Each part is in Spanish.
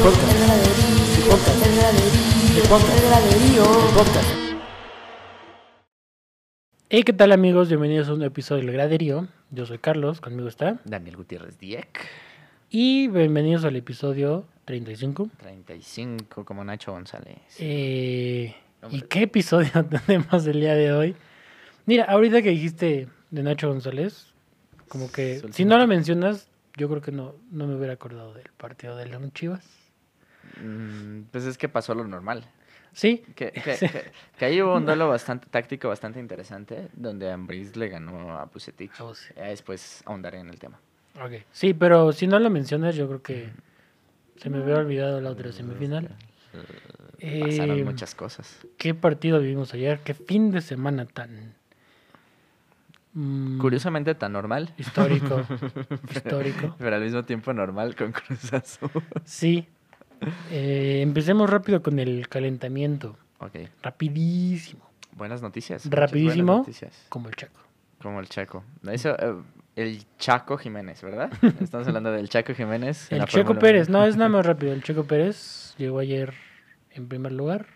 Hey, ¿qué tal amigos? Bienvenidos a un episodio del Graderío. Yo soy Carlos, conmigo está Daniel Gutiérrez Dieck. Y bienvenidos al episodio 35. 35, como Nacho González. ¿Y qué episodio tenemos el día de hoy? Mira, ahorita que dijiste de Nacho González, como que si no lo mencionas, yo creo que no me hubiera acordado del partido de León Chivas. Pues es que pasó lo normal. Sí. Que ahí hubo un duelo bastante táctico, bastante interesante, donde Ambriz le ganó a Vucetich. Después ahondaré en el tema. Ok. Sí, pero si no lo mencionas, yo creo que se me había olvidado la otra semifinal. Pasaron muchas cosas. ¿Qué partido vivimos ayer? ¿Qué fin de semana tan... curiosamente tan normal. Histórico. Pero al mismo tiempo normal con Cruz Azul. Sí. Empecemos rápido con el calentamiento. Ok. Rapidísimo. Buenas noticias. Rapidísimo. Buenas noticias. Como el Chaco. Como el Chaco. Eso, el Chaco Jiménez, ¿verdad? Estamos hablando del Chaco Jiménez. El Checo Pérez. No, es nada más rápido. El Checo Pérez llegó ayer en primer lugar.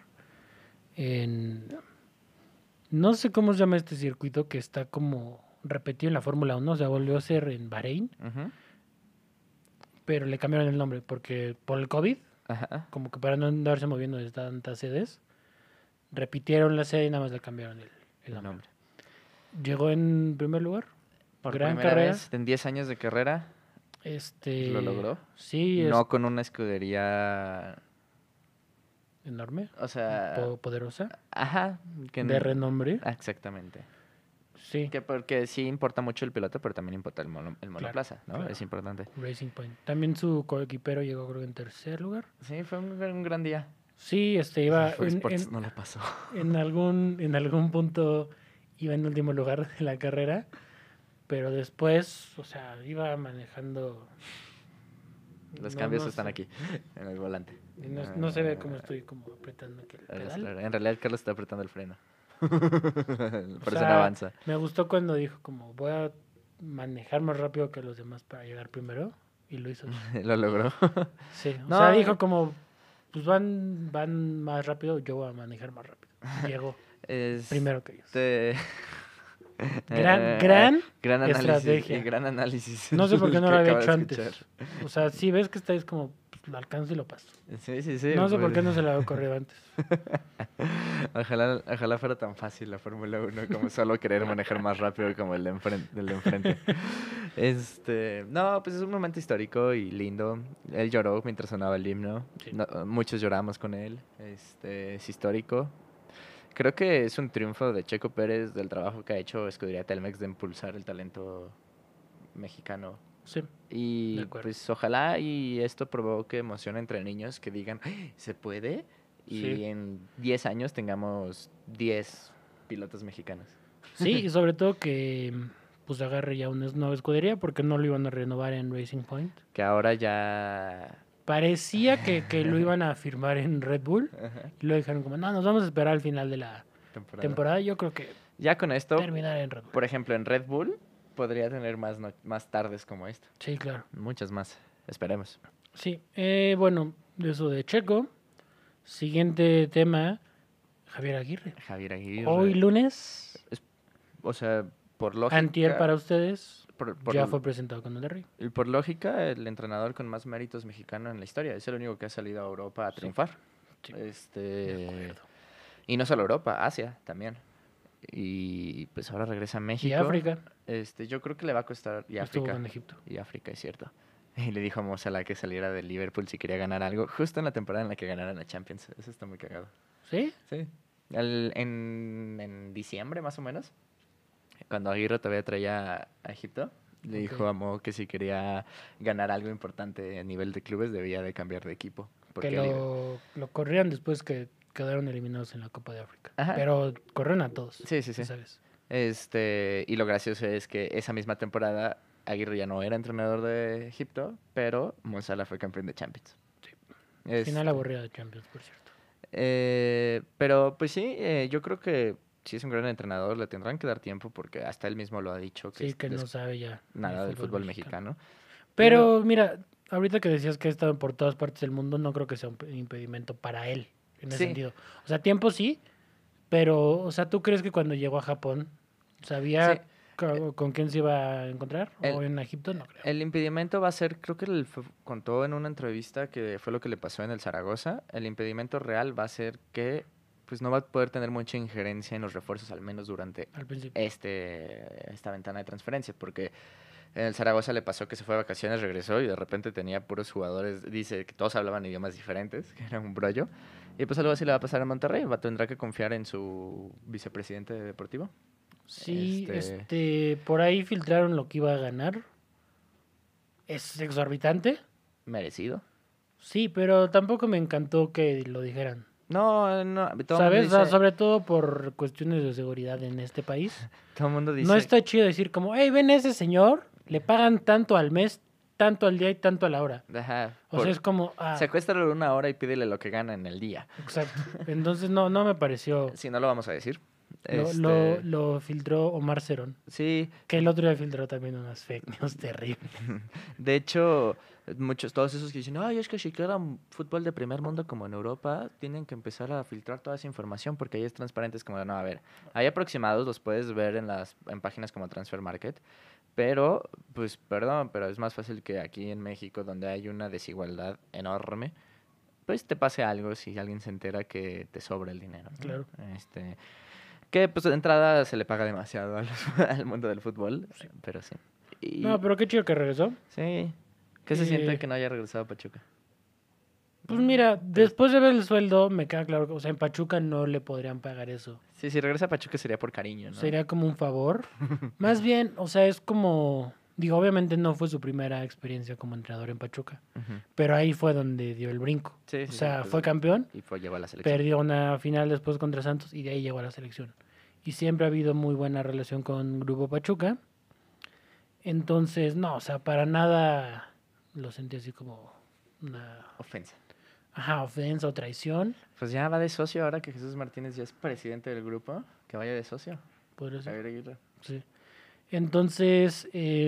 No sé cómo se llama este circuito que está como repetido en la Fórmula 1. O sea, volvió a ser en Bahrein. Uh-huh. Pero le cambiaron el nombre porque por el COVID, ajá, como que para no andarse moviendo de tantas sedes, repitieron la sede y nada más le cambiaron el nombre. Llegó en primer lugar. Por gran primera carrera. Vez, en 10 años de carrera, lo logró. Sí. No con una escudería... enorme. O sea... poderosa. Ajá. De renombre. Exactamente. Sí. Porque sí importa mucho el piloto, pero también importa el monoplaza, ¿no? Claro. Es importante. Racing Point. También su coequipero llegó creo en tercer lugar. Sí, fue un gran día. Sí, iba... no lo pasó. En algún punto iba en último lugar de la carrera, pero después, o sea, iba manejando... Los cambios están aquí, en el volante. No se ve cómo estoy como apretando aquí el pedal. En realidad Carlos está apretando el freno. Por eso no avanza. Me gustó cuando dijo como voy a manejar más rápido que los demás para llegar primero, y lo hizo. Lo logró. Sí, o sea, dijo como pues van más rápido, yo voy a manejar más rápido. Llegó primero que ellos. Gran análisis, estrategia. Gran análisis. No sé por qué no lo había hecho antes. O sea, si ves que estáis como pues, lo alcanzo y lo paso. Sí. No sé por qué no se lo había corrido antes. Ojalá fuera tan fácil la Fórmula 1 como solo querer manejar más rápido como el de enfrente. No, pues es un momento histórico y lindo. Él lloró mientras sonaba el himno. Sí. No, muchos lloramos con él. Es histórico. Creo que es un triunfo de Checo Pérez del trabajo que ha hecho Escudería Telmex de impulsar el talento mexicano. Sí. Y pues ojalá y esto provoque emoción entre niños que digan, ¿se puede? Y en 10 años tengamos 10 pilotos mexicanos. Sí, y sobre todo que pues agarre ya una nueva escudería porque no lo iban a renovar en Racing Point. Que ahora ya... Parecía que lo iban a firmar en Red Bull. Uh-huh. Y lo dijeron como, no, nos vamos a esperar al final de la temporada. Yo creo que ya con esto, terminar en Red Bull. Por ejemplo, en Red Bull podría tener más tardes como esta. Sí, claro. Muchas más. Esperemos. Sí. Bueno, eso de Checo. Siguiente tema, Javier Aguirre. Hoy lunes. O sea, por lógica... Antier para ustedes. Ya fue presentado con Monterrey. Y por lógica, el entrenador con más méritos mexicano en la historia. Es el único que ha salido a Europa a triunfar. Sí. Y no solo Europa, Asia también. Y pues ahora regresa a México. Y África. Yo creo que le va a costar. Y Estuvo África. En Egipto. Y África, es cierto. Y le dijo a Mo Salah que saliera del Liverpool si quería ganar algo. Justo en la temporada en la que ganaran la Champions. Eso está muy cagado. ¿Sí? Sí. En diciembre, más o menos. Cuando Aguirre todavía traía a Egipto, le dijo a Mo que si quería ganar algo importante a nivel de clubes debía de cambiar de equipo. Que lo corrían después que quedaron eliminados en la Copa de África. Ajá. Pero corrieron a todos. Sí. ¿Sabes? Y lo gracioso es que esa misma temporada Aguirre ya no era entrenador de Egipto, pero Mo Salah fue campeón de Champions. Sí. Final aburrida de Champions, por cierto. Pero pues sí, yo creo que si es un gran entrenador, le tendrán que dar tiempo porque hasta él mismo lo ha dicho. Que no sabe ya nada del fútbol mexicano. Pero mira, ahorita que decías que ha estado por todas partes del mundo, no creo que sea un impedimento para él, en ese sentido. O sea, tiempo sí, pero, o sea, ¿tú crees que cuando llegó a Japón sabía con quién se iba a encontrar? ¿O en Egipto? No creo. El impedimento va a ser, creo que contó en una entrevista que fue lo que le pasó en el Zaragoza, el impedimento real va a ser que pues no va a poder tener mucha injerencia en los refuerzos, al menos durante esta ventana de transferencia, porque en el Zaragoza le pasó que se fue de vacaciones, regresó y de repente tenía puros jugadores, dice que todos hablaban idiomas diferentes, que era un brollo. Y pues algo así le va a pasar a Monterrey, tendrá que confiar en su vicepresidente deportivo. Sí, por ahí filtraron lo que iba a ganar. Es exorbitante. Merecido. Sí, pero tampoco me encantó que lo dijeran. No, ¿Sabes? Dice... sobre todo por cuestiones de seguridad en este país. Todo el mundo dice... No está chido decir como, hey, ven ese señor, le pagan tanto al mes, tanto al día y tanto a la hora. Ajá. O sea, es como... Secuéstralo una hora y pídele lo que gana en el día. Exacto. Entonces no me pareció... Sí, no lo vamos a decir. Lo filtró Omar Cerón. Sí. Que el otro día filtró también unas fake news terribles. De hecho, todos esos que dicen, ay, es que si quieran fútbol de primer mundo como en Europa, tienen que empezar a filtrar toda esa información porque ahí es transparente. Es como, no, a ver, hay aproximados, los puedes ver en páginas como Transfer Market, pero, pues, perdón, pero es más fácil que aquí en México, donde hay una desigualdad enorme, pues te pase algo si alguien se entera que te sobra el dinero, ¿no? Claro. Que pues de entrada se le paga demasiado al mundo del fútbol, sí. Pero sí. No, pero qué chido que regresó. Sí. ¿Qué se siente que no haya regresado a Pachuca? Pues mira, después de ver el sueldo, me queda claro que, o sea, en Pachuca no le podrían pagar eso. Sí, si regresa a Pachuca sería por cariño, ¿no? Sería como un favor. Más bien, o sea, es como... Digo, obviamente no fue su primera experiencia como entrenador en Pachuca, pero ahí fue donde dio el brinco. Sí, o sea, fue campeón, y llegó a la selección. Perdió una final después contra Santos y de ahí llegó a la selección. Y siempre ha habido muy buena relación con Grupo Pachuca. Entonces, no, o sea, para nada lo sentí así como una... ofensa. Ajá, ofensa o traición. Pues ya va de socio ahora que Jesús Martínez ya es presidente del grupo, que vaya de socio. Podría ser. Javier Aguirre. Sí. Entonces,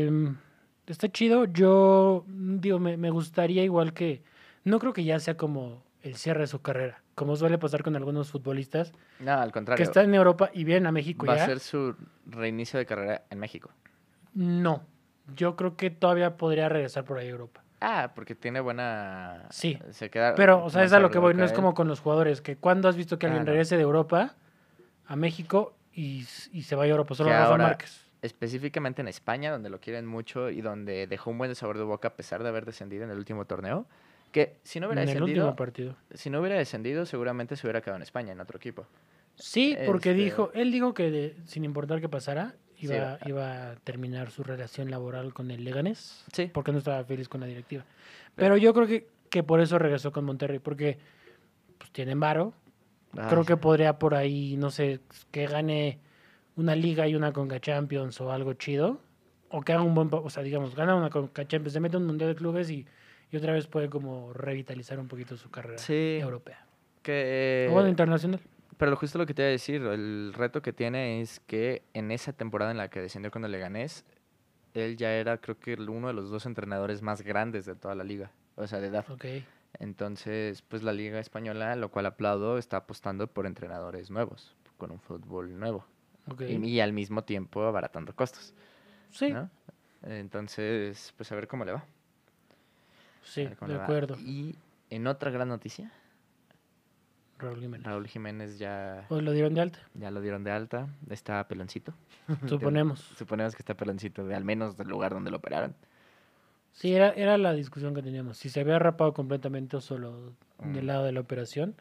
está chido. Yo, digo, me gustaría igual que... No creo que ya sea como el cierre de su carrera, como suele pasar con algunos futbolistas. No, al contrario. Que están en Europa y vienen a México ya. Va a ser su reinicio de carrera en México. No, yo creo que todavía podría regresar por ahí a Europa. Ah, porque tiene buena... Sí, se queda pero, o sea, es a lo que voy. No es como con los jugadores, que cuando has visto que alguien regrese de Europa a México y se vaya a Europa, solo Rafa Márquez. Específicamente en España, donde lo quieren mucho y donde dejó un buen sabor de boca a pesar de haber descendido en el último torneo, que si no hubiera descendido... En el último partido. Si no hubiera descendido, seguramente se hubiera quedado en España, en otro equipo. Sí, porque él dijo que sin importar qué pasara, iba a terminar su relación laboral con el Leganés, sí. Porque no estaba feliz con la directiva. Pero yo creo que por eso regresó con Monterrey, porque pues tienen varo. Creo que podría por ahí, no sé, que gane una liga y una Conca Champions o algo chido, o que haga un buen, o sea, digamos, gana una Conca Champions, se mete un Mundial de Clubes y otra vez puede como revitalizar un poquito su carrera europea. O bueno, internacional. Pero justo lo que te iba a decir, el reto que tiene es que en esa temporada en la que descendió con el Leganés, él ya era, creo que, uno de los 2 entrenadores más grandes de toda la liga, o sea, de edad. Okay. Entonces, pues la liga española, lo cual aplaudo, está apostando por entrenadores nuevos, con un fútbol nuevo. Okay. Y al mismo tiempo abaratando costos. Sí. ¿No? Entonces, pues a ver cómo le va. Sí, de acuerdo. Y en otra gran noticia, Raúl Jiménez ya... ¿Hoy lo dieron de alta? Ya lo dieron de alta. Está peloncito. Suponemos. Suponemos que está peloncito, al menos del lugar donde lo operaron. Sí, era la discusión que teníamos. Si se había rapado completamente o solo del lado de la operación.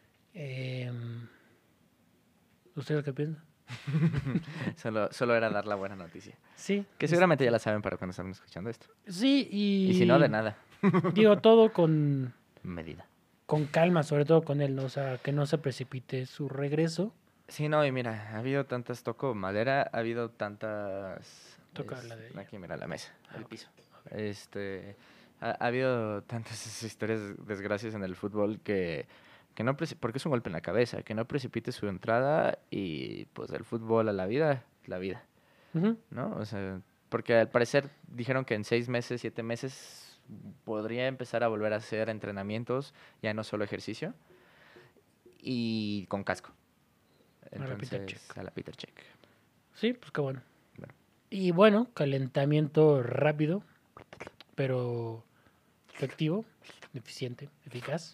¿Ustedes qué piensan? solo era dar la buena noticia. Sí. Que seguramente ya la saben para cuando están escuchando esto. Sí, y si no, de nada. Digo, todo con... medida. Con calma, sobre todo con él, ¿no? O sea, que no se precipite su regreso. Sí, no, y mira, ha habido tantas, toco madera, ha habido tantas... Tocarla de ella. Aquí, mira, la mesa, el piso. Okay. Ha habido tantas historias, desgracias en el fútbol que no porque es un golpe en la cabeza, que no precipite su entrada y pues del fútbol a la vida, Uh-huh. ¿no? O sea, porque al parecer dijeron que en 6 meses, 7 meses podría empezar a volver a hacer entrenamientos, ya no solo ejercicio, y con casco. Entonces, a la Peter Check. Sí, pues qué bueno. Y bueno, calentamiento rápido, pero efectivo, eficiente, eficaz.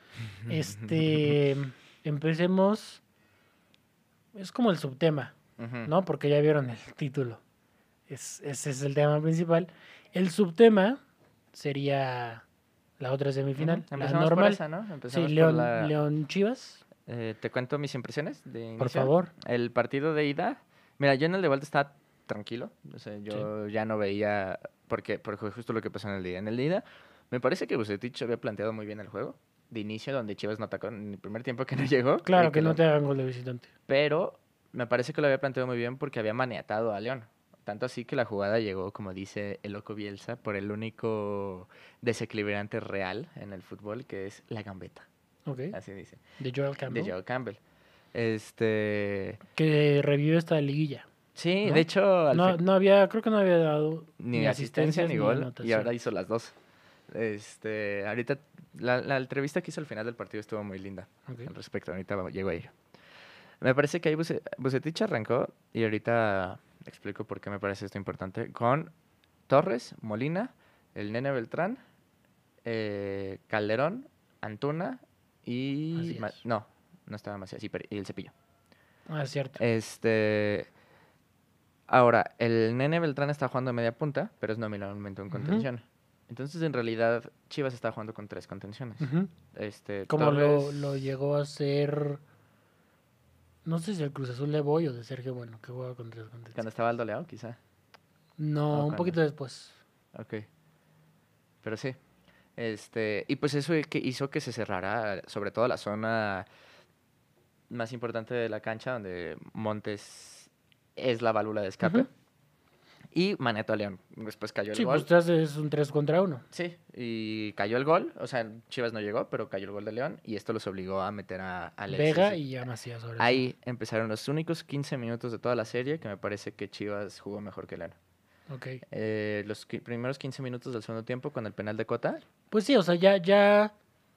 Empecemos. Es como el subtema, ¿no? Porque ya vieron el título. Ese es el tema principal. El subtema sería la otra semifinal, la normal. Por esa, ¿no? Sí, León Chivas. ¿Te cuento mis impresiones de inicio? Por favor. El partido de ida. Mira, yo en el de vuelta estaba tranquilo. O sea, yo ya no veía. Porque justo lo que pasó en el día. En el de ida, me parece que Vucetich había planteado muy bien el juego. De inicio, donde Chivas no atacó en el primer tiempo que no llegó. Claro, que no te hagan gol de visitante. Pero me parece que lo había planteado muy bien porque había maniatado a León. Tanto así que la jugada llegó, como dice el loco Bielsa, por el único desequilibrante real en el fútbol, que es la gambeta. Okay. Así dice. De Joel Campbell. De Joel Campbell. Que revivió esta liguilla. Sí, ¿no? de hecho... No había, creo que no había dado ni asistencia ni gol, y ahora hizo las dos. Ahorita, la entrevista que hizo al final del partido estuvo muy linda. Al respecto, ahorita llego a ello. Me parece que ahí Vucetich arrancó, y ahorita explico por qué me parece esto importante, con Torres, Molina, el Nene Beltrán, Calderón, Antuna y... No estaba Macías, y el Cepillo. Ah, es cierto. Ahora, el Nene Beltrán está jugando de media punta, pero es nominalmente un contención. Entonces, en realidad, Chivas está jugando con 3 contenciones. Como Torres... lo llegó a hacer... No sé si el Cruz Azul de Boy o de Sergio Bueno, que jugaba con 3 contenciones. ¿Cuando estaba Aldo Leao, quizá? No, un poquito después. Ok. Pero sí. Y pues eso hizo que se cerrara, sobre todo la zona más importante de la cancha, donde Montes es la válvula de escape. Y maniató a León. Después cayó el gol. Sí, pues es un 3 contra 1. Sí, y cayó el gol. O sea, Chivas no llegó, pero cayó el gol de León. Y esto los obligó a meter a Alexis. Vega y a Macías. Ahí empezaron los únicos 15 minutos de toda la serie que me parece que Chivas jugó mejor que León. Okay. Los primeros 15 minutos del segundo tiempo con el penal de Cota. Pues sí, o sea, ya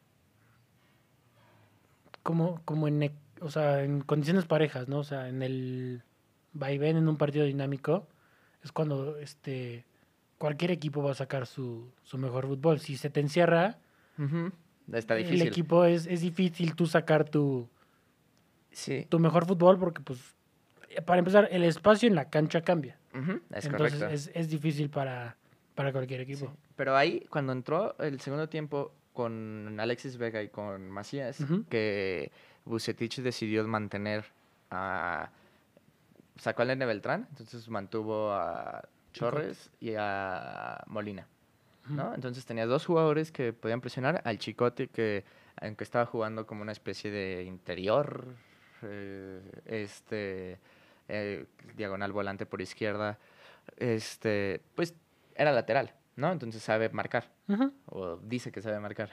como en condiciones parejas, ¿no? O sea, en el vaivén, en un partido dinámico, es cuando cualquier equipo va a sacar su mejor fútbol. Si se te encierra, está difícil. El equipo es difícil tú sacar tu mejor fútbol porque, pues, para empezar, el espacio en la cancha cambia. Entonces, correcto. Es difícil para cualquier equipo. Sí. Pero ahí, cuando entró el segundo tiempo con Alexis Vega y con Macías, que Vucetich decidió mantener sacó al Nene Beltrán, entonces mantuvo a Torres y a Molina, ¿no? Entonces tenías 2 jugadores que podían presionar, al Chicote, que aunque estaba jugando como una especie de interior, diagonal volante por izquierda, pues era lateral, ¿no? Entonces sabe marcar. O dice que sabe marcar.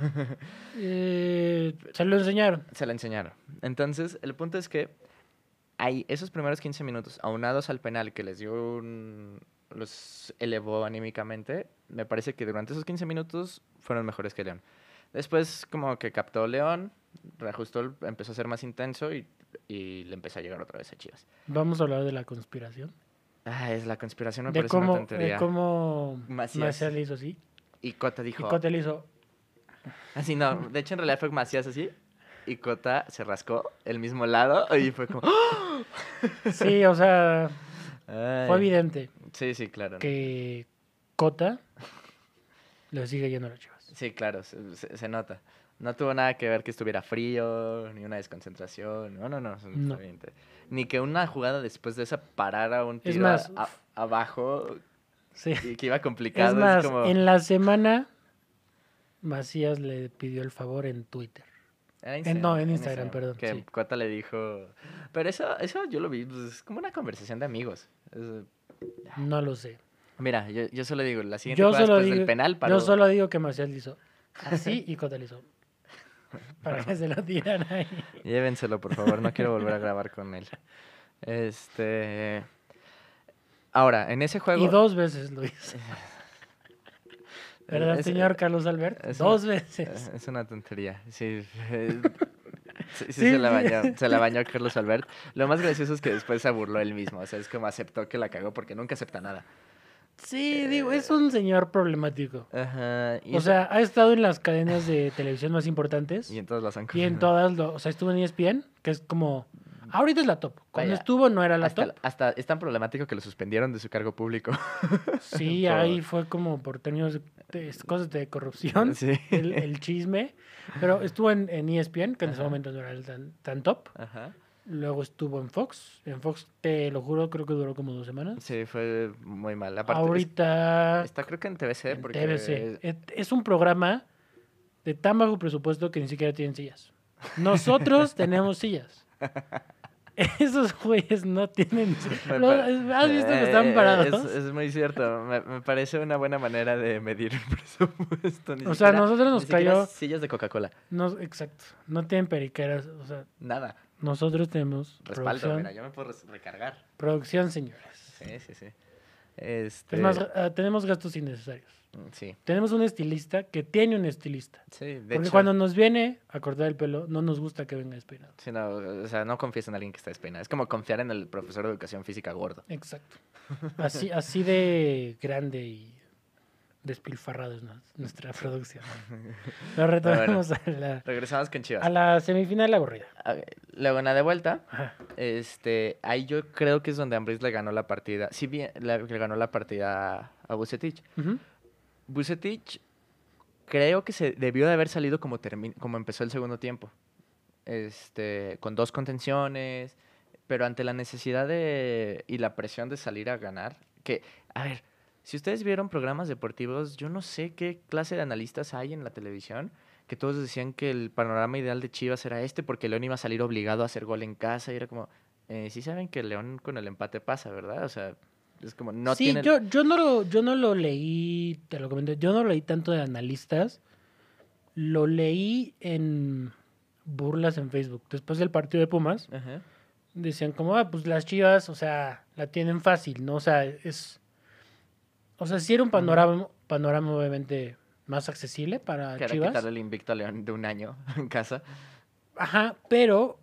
Se lo enseñaron. Se lo enseñaron. Entonces, el punto es que hay esos primeros 15 minutos, aunados al penal que les dio los elevó anímicamente, me parece que durante esos 15 minutos fueron mejores que León. Después como que captó León, reajustó, empezó a ser más intenso y le empezó a llegar otra vez a Chivas. ¿Vamos a hablar de la conspiración? Es la conspiración, me parece una tontería. De cómo Macías le hizo así. Y Cota dijo... Y Cota le hizo... Así no, de hecho en realidad fue Macías así. Y Cota se rascó el mismo lado y fue como... Sí, o sea... Fue evidente. Sí, claro. Que Cota le sigue yendo a las Chivas. Sí, claro, se nota. No tuvo nada que ver que estuviera frío, ni una desconcentración. No. Ni que una jugada después de esa parara un tiro abajo. Sí. Y que iba complicado. Es más, en la semana Macías le pidió el favor en Twitter. En Instagram, perdón. Que Cota le dijo... Pero eso yo lo vi, pues, es como una conversación de amigos. No lo sé. Mira, yo solo digo, la siguiente jugada después del penal paró. Yo solo digo que Macías le hizo así y Cota le hizo... Para que se lo tiran ahí. Llévenselo, por favor. No quiero volver a grabar con él. Ahora, en ese juego... Y 2 veces lo hizo. ¿Verdad, señor Carlos Albert? 2 veces. Es una tontería, sí. Sí, se la bañó Carlos Albert. Lo más gracioso es que después se burló él mismo. O sea, es como aceptó que la cagó porque nunca acepta nada. Sí, digo, es un señor problemático. Ajá. O sea, ha estado en las cadenas de televisión más importantes. Y en todas las han Y en todas, o sea, estuvo en ESPN, que es como... Ahorita es la top. Cuando estuvo no era la top. Hasta es tan problemático que lo suspendieron de su cargo público. Sí, ahí fue como por términos de cosas de corrupción, sí. el chisme. Pero estuvo en ESPN, que en ese momento no era el tan top. Ajá. Luego estuvo en Fox. En Fox, te lo juro, creo que duró como 2 semanas. Sí, fue muy mal. Aparte, ahorita... está creo que en TVC. Porque... TVC. Es un programa de tan bajo presupuesto que ni siquiera tienen sillas. Nosotros tenemos sillas. Esos güeyes no tienen... ¿Has visto que están parados? Es muy cierto. Me parece una buena manera de medir el presupuesto. O sea, nosotros nos cayó... sillas de Coca-Cola. No, exacto. No tienen periqueras. O sea, nada. Nosotros tenemos respaldo, mira, yo me puedo recargar. Producción, señores. Sí. Es más, tenemos gastos innecesarios. Sí. Tenemos un estilista que tiene un estilista. Sí, de Porque hecho, cuando nos viene a cortar el pelo, no nos gusta que venga despeinado. Sí, no, o sea, no confíes en alguien que está despeinado. Es como confiar en el profesor de educación física gordo. Exacto. Así de grande y despilfarrado es nuestra producción. Lo retomamos regresamos con Chivas. A la semifinal aburrida. Luego en la de vuelta, Ajá. ahí yo creo que es donde Ambriz le ganó la partida. Si bien le ganó la partida a Vucetich. Uh-huh. Vucetich creo que se debió de haber salido como empezó el segundo tiempo. Con 2 contenciones, pero ante la necesidad y la presión de salir a ganar, que, a ver, si ustedes vieron programas deportivos, yo no sé qué clase de analistas hay en la televisión, que todos decían que el panorama ideal de Chivas era porque León iba a salir obligado a hacer gol en casa, y era como, sí saben que León con el empate pasa, ¿verdad? O sea, es como, no sí, tiene... yo no lo leí, te lo comenté, yo no lo leí tanto de analistas, lo leí en burlas en Facebook. Después del partido de Pumas, Ajá. Decían como, pues las Chivas, o sea, la tienen fácil, ¿no? O sea, sí era un panorama obviamente más accesible para que Chivas. Quitarle el invicto a León de un año en casa. Ajá, pero,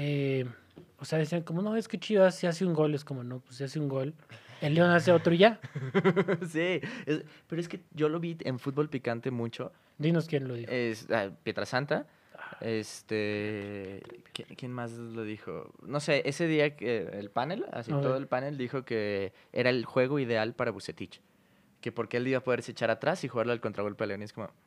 o sea, decían como, no, es que Chivas si hace un gol, es como, no, pues si hace un gol, el León hace otro y ya. Sí, pero es que yo lo vi en Fútbol Picante mucho. Dinos quién lo dijo. Pietrasanta. ¿Quién más lo dijo? No sé, ese día que el panel, todo el panel dijo que era el juego ideal para Vucetich. Que porque él iba a poderse echar atrás y jugarle al contragolpe a León. Y es como,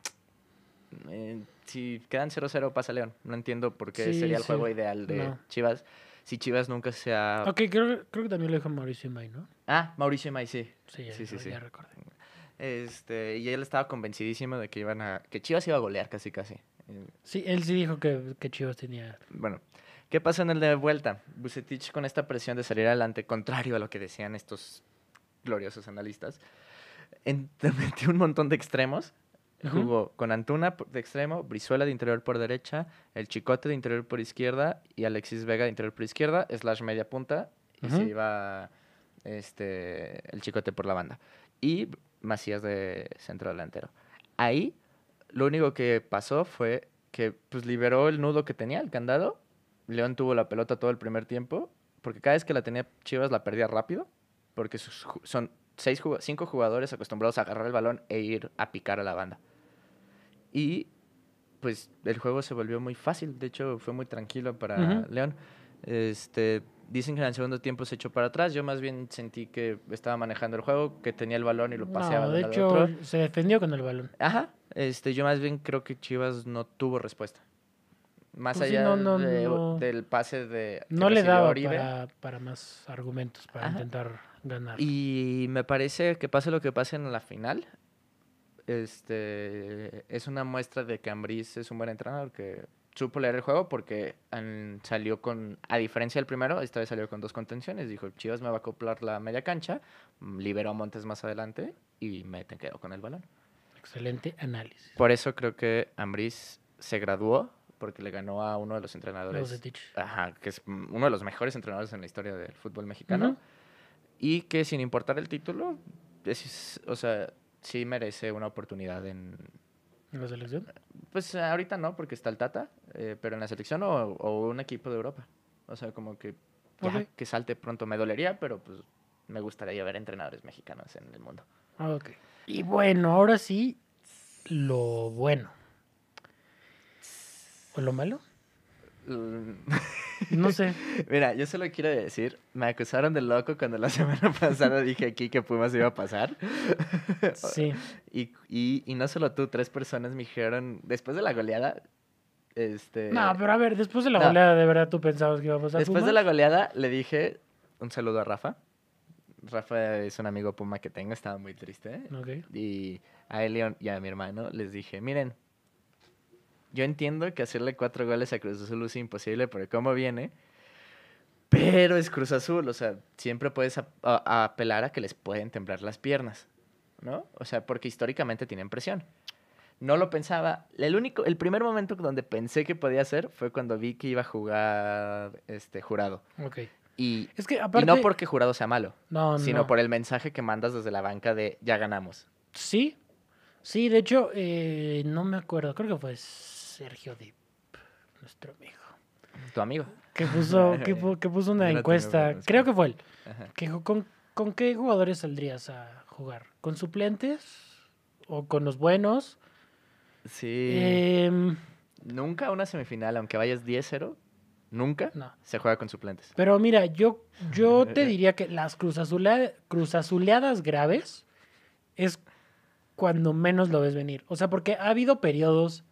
si quedan 0-0 pasa León. No entiendo por qué sería el juego ideal de Chivas. Si Chivas nunca se ha... Ok, creo que también lo dijo Mauricio Imay, ¿no? Mauricio Imay, sí. Sí. Ya recordé. Y él estaba convencidísimo de que que Chivas iba a golear casi. Sí, él sí dijo que Chivas tenía... Bueno, ¿qué pasa en el de vuelta? Vucetich con esta presión de salir adelante, contrario a lo que decían estos gloriosos analistas, metió un montón de extremos. Jugó con Antuna de extremo, Brizuela de interior por derecha, el Chicote de interior por izquierda y Alexis Vega de interior por izquierda, / media punta, y se iba el Chicote por la banda. Y Macías de centro delantero. Ahí, lo único que pasó fue que pues liberó el nudo que tenía, el candado. León tuvo la pelota todo el primer tiempo, porque cada vez que la tenía Chivas la perdía rápido, porque son 5 jugadores acostumbrados a agarrar el balón e ir a picar a la banda. Y pues el juego se volvió muy fácil, de hecho fue muy tranquilo para León. Dicen que en el segundo tiempo se echó para atrás, yo más bien sentí que estaba manejando el juego, que tenía el balón y lo paseaba de hecho otro. Se defendió con el balón. Ajá, yo más bien creo que Chivas no tuvo respuesta. Más pues allá del pase de no le daba para más argumentos para intentar ganar. Y me parece que pase lo que pase en la final, es una muestra de que Ambriz es un buen entrenador, que supo leer el juego porque salió a diferencia del primero, esta vez salió con 2 contenciones. Dijo, Chivas me va a acoplar la media cancha, liberó a Montes más adelante y me quedo con el balón. Excelente análisis. Por eso creo que Ambriz se graduó, porque le ganó a uno de los entrenadores. Que es uno de los mejores entrenadores en la historia del fútbol mexicano. Y que sin importar el título, sí merece una oportunidad en... ¿En la selección? Pues ahorita no, porque está el Tata, pero en la selección o un equipo de Europa. O sea, como que ya que salte pronto me dolería, pero pues me gustaría ver entrenadores mexicanos en el mundo. Ok. Y bueno, ahora sí, lo bueno. ¿O lo malo? No sé. Mira, yo solo quiero decir, me acusaron de loco cuando la semana pasada dije aquí que Pumas iba a pasar. Sí. Y no solo tú, 3 personas me dijeron, después de la goleada, No, pero a ver, después de la goleada, ¿de verdad tú pensabas que iba a pasar Después Pumas? de la goleada le dije un saludo a Rafa. Rafa es un amigo Puma que tengo, estaba muy triste. Okay. Y a él y a mi hermano les dije, miren, yo entiendo que hacerle 4 goles a Cruz Azul es imposible por cómo viene, pero es Cruz Azul, o sea, siempre puedes apelar a que les pueden temblar las piernas, ¿no? O sea, porque históricamente tienen presión. No lo pensaba. El primer momento donde pensé que podía ser fue cuando vi que iba a jugar Jurado. Ok. Y, es que aparte... y no porque Jurado sea malo, sino no. por el mensaje que mandas desde la banca de ya ganamos. Sí, sí, de hecho, no me acuerdo, creo que fue Sergio Dip, nuestro amigo. Tu amigo. Que puso una encuesta, creo que fue él. Que ¿con qué jugadores saldrías a jugar? ¿Con suplentes? ¿O con los buenos? Sí. Nunca una semifinal, aunque vayas 10-0, nunca se juega con suplentes. Pero mira, yo te diría que las cruzazuleadas graves es cuando menos lo ves venir. O sea, porque ha habido periodos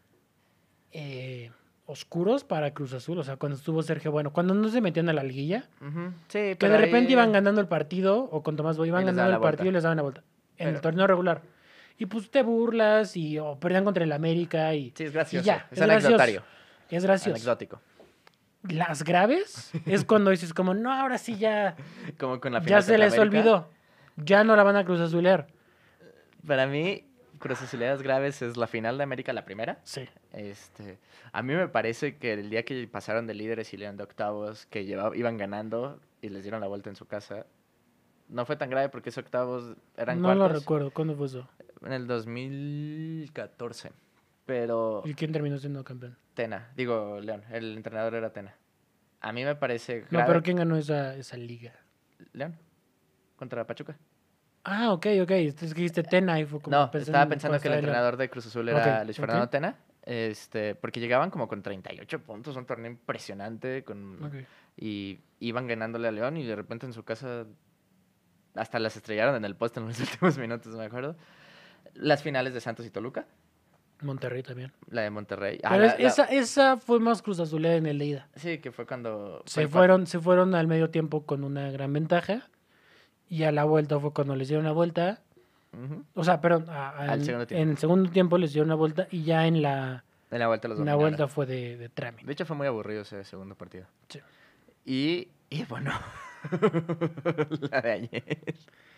oscuros para Cruz Azul. O sea, cuando estuvo Sergio Bueno, cuando no se metían a la liguilla. Sí, que de repente iban ganando el partido, o con Tomás Boy iban ganando el partido y les daban la vuelta. En el torneo regular. Y pues te burlas o perdían contra el América y... Sí, es gracioso. Y ya, es anecdotario. Es gracioso. Anecdótico. Las graves es cuando dices como, no, ahora sí ya... Como con la final ya se les olvidó. Ya no la van a Cruz Azulear. Para mí, Cruz Azuleadas graves es la final de América, la primera. Sí. A mí me parece que el día que pasaron de líderes y le de octavos, que iban ganando y les dieron la vuelta en su casa, no fue tan grave porque esos octavos eran cuartos. No lo recuerdo. ¿Cuándo fue eso? En el 2014. Pero... ¿Y quién terminó siendo campeón? León. El entrenador era Tena. A mí me parece grave. No, pero ¿quién ganó esa liga? León. Contra Pachuca. Ah, ok. Es que dijiste Tena y fue como... No, estaba pensando que el entrenador de Cruz Azul era Luis Fernando Tena. Porque llegaban como con 38 puntos, un torneo impresionante. Y iban ganándole a León y de repente en su casa hasta las estrellaron en el poste en los últimos minutos, me acuerdo. Las finales de Santos y Toluca. Monterrey también. La de Monterrey. Pero esa fue más Cruz Azulera en el de ida. Sí, que fue cuando... Se fueron al medio tiempo con una gran ventaja. Y a la vuelta fue cuando les dieron la vuelta. O sea, perdón, en el segundo tiempo les dieron la vuelta y ya en la vuelta los dominaron. La vuelta fue de trámite. De hecho, fue muy aburrido ese segundo partido. Sí. Y bueno, la de ayer.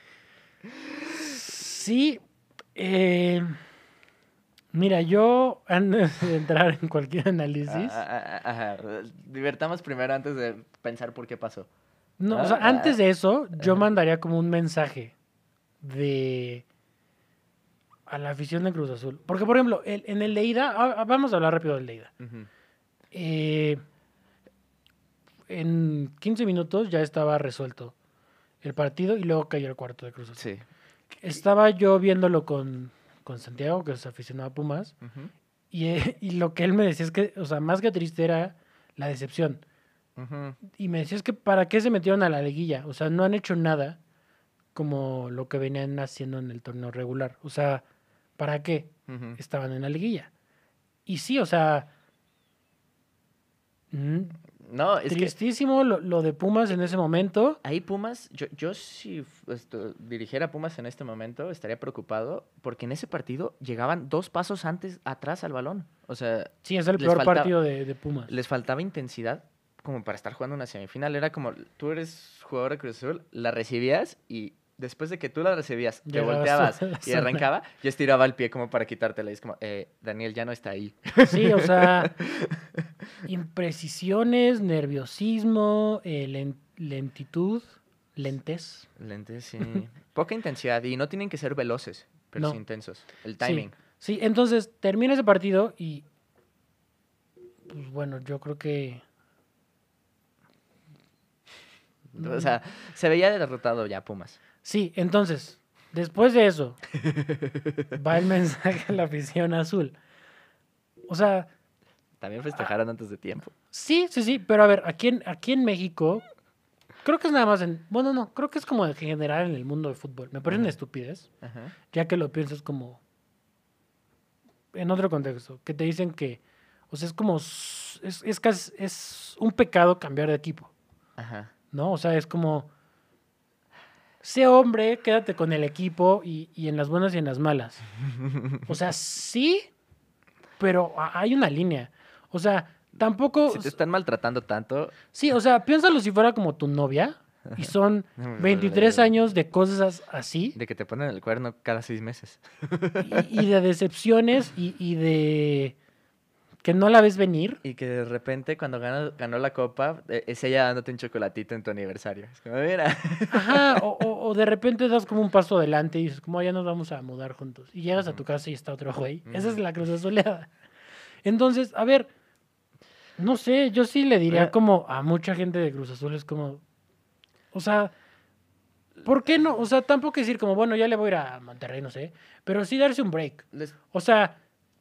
Sí. Mira, yo, antes de entrar en cualquier análisis... Divertamos primero antes de pensar por qué pasó. No, o sea, antes de eso, yo mandaría como un mensaje a la afición de Cruz Azul. Porque, por ejemplo, en el de ida, vamos a hablar rápido del de ida. En 15 minutos ya estaba resuelto el partido y luego cayó el cuarto de Cruz Azul. Sí. Estaba yo viéndolo con Santiago, que es aficionado a Pumas, y lo que él me decía es que, o sea, más que triste era la decepción. Y me decía es que ¿para qué se metieron a la liguilla? O sea, no han hecho nada como lo que venían haciendo en el torneo regular. O sea, ¿para qué estaban en la liguilla? Y sí, o sea... No, es tristísimo lo de Pumas en ese momento. Ahí Pumas, yo si dirigiera Pumas en este momento estaría preocupado porque en ese partido llegaban 2 pasos atrás al balón. O sea, sí, es el peor partido de Pumas. Les faltaba intensidad como para estar jugando una semifinal. Era como, tú eres jugador de Cruz Azul, la recibías y después de que tú la recibías, te volteabas y arrancaba, yo estiraba el pie como para quitártela. Y es como, Daniel ya no está ahí. Sí, o sea, imprecisiones, nerviosismo, lentitud, lentes. Lentes, sí. Poca intensidad y no tienen que ser veloces, pero sí intensos. El timing. Sí, entonces termina ese partido y pues bueno, yo creo que... O sea, se veía derrotado ya Pumas. Sí, entonces, después de eso, va el mensaje a la afición azul. O sea... También festejaron antes de tiempo. Sí, pero a ver, aquí en México, creo que es nada más en... Bueno, no, creo que es como en general en el mundo del fútbol. Me parece una estupidez, ya que lo piensas como... En otro contexto, que te dicen que... O sea, es como... Es un pecado cambiar de equipo. ¿No? O sea, es como... Sé hombre, quédate con el equipo y en las buenas y en las malas. O sea, sí, pero hay una línea. O sea, tampoco... Si te están maltratando tanto... Sí, o sea, piénsalo si fuera como tu novia y son 23 años de cosas así. De que te ponen el cuerno cada 6 meses. Y de decepciones y de... que no la ves venir. Y que de repente cuando ganó la copa, es ella dándote un chocolatito en tu aniversario. Es como, mira. Ajá, o de repente das como un paso adelante y dices, como ya nos vamos a mudar juntos. Y llegas a tu casa y está otro güey. Esa es la Cruz Azuleada. Entonces, a ver, no sé, yo sí le diría como a mucha gente de Cruz Azul, es como, o sea, ¿por qué no? O sea, tampoco decir como, bueno, ya le voy a ir a Monterrey, no sé, pero sí darse un break. O sea...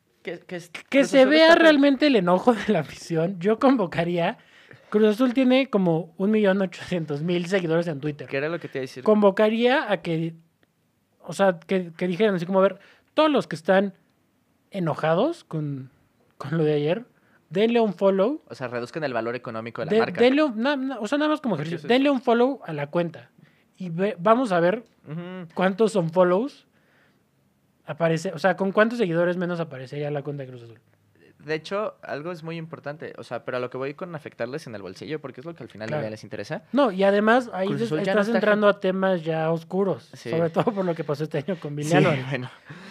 Que se vea realmente el enojo de la afición. Yo convocaría... Cruz Azul tiene como 1.800.000 seguidores en Twitter. ¿Qué era lo que te iba a decir? Convocaría a que... O sea, que dijeran así como, a ver, todos los que están enojados con lo de ayer, denle un follow. O sea, reduzcan el valor económico de la marca. O sea, nada más como ejercicio. Denle un follow a la cuenta. Y vamos a ver cuántos son follows aparece, o sea, ¿con cuántos seguidores menos aparecería la cuenta de Cruz Azul? De hecho, algo es muy importante, o sea, pero a lo que voy con afectarles en el bolsillo, porque es lo que al final les interesa. No, y además ahí estás entrando a temas ya oscuros, sobre todo por lo que pasó este año con Billy Álvarez. Bueno,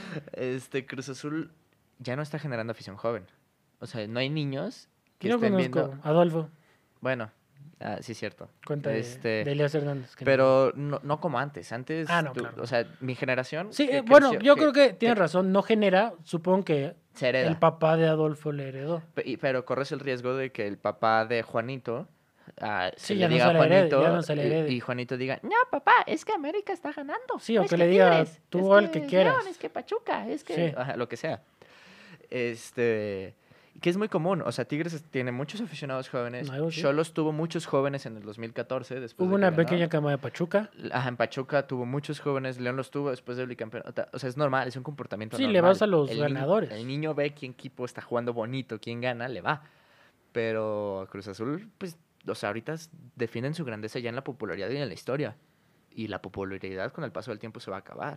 Cruz Azul ya no está generando afición joven. O sea, no hay niños que estén viendo... Adolfo. Bueno, sí es cierto. Cuenta de Elías Hernández. Pero no como antes. Antes, claro. O sea, mi generación... Sí, bueno, yo creo que tienes razón. No genera, supongo que se hereda. El papá de Adolfo le heredó. Pero corres el riesgo de que el papá de Juanito... se le diga a Juanito y Juanito diga, no, papá, es que América está ganando. Sí, o que le diga, Tigres, tú al que quieras. León, es que Pachuca, es que... Sí. Ajá, lo que sea. Que es muy común. O sea, Tigres tiene muchos aficionados jóvenes. Xolos tuvo muchos jóvenes en el 2014. Hubo una pequeña cama de Pachuca. Ajá, en Pachuca tuvo muchos jóvenes. León los tuvo después del bicampeonato. O sea, es normal, es un comportamiento normal. Sí, le vas a los ganadores. El niño ve quién equipo está jugando bonito, quién gana, le va. Pero Cruz Azul, pues, o sea, ahorita definen su grandeza ya en la popularidad y en la historia. Y la popularidad con el paso del tiempo se va a acabar.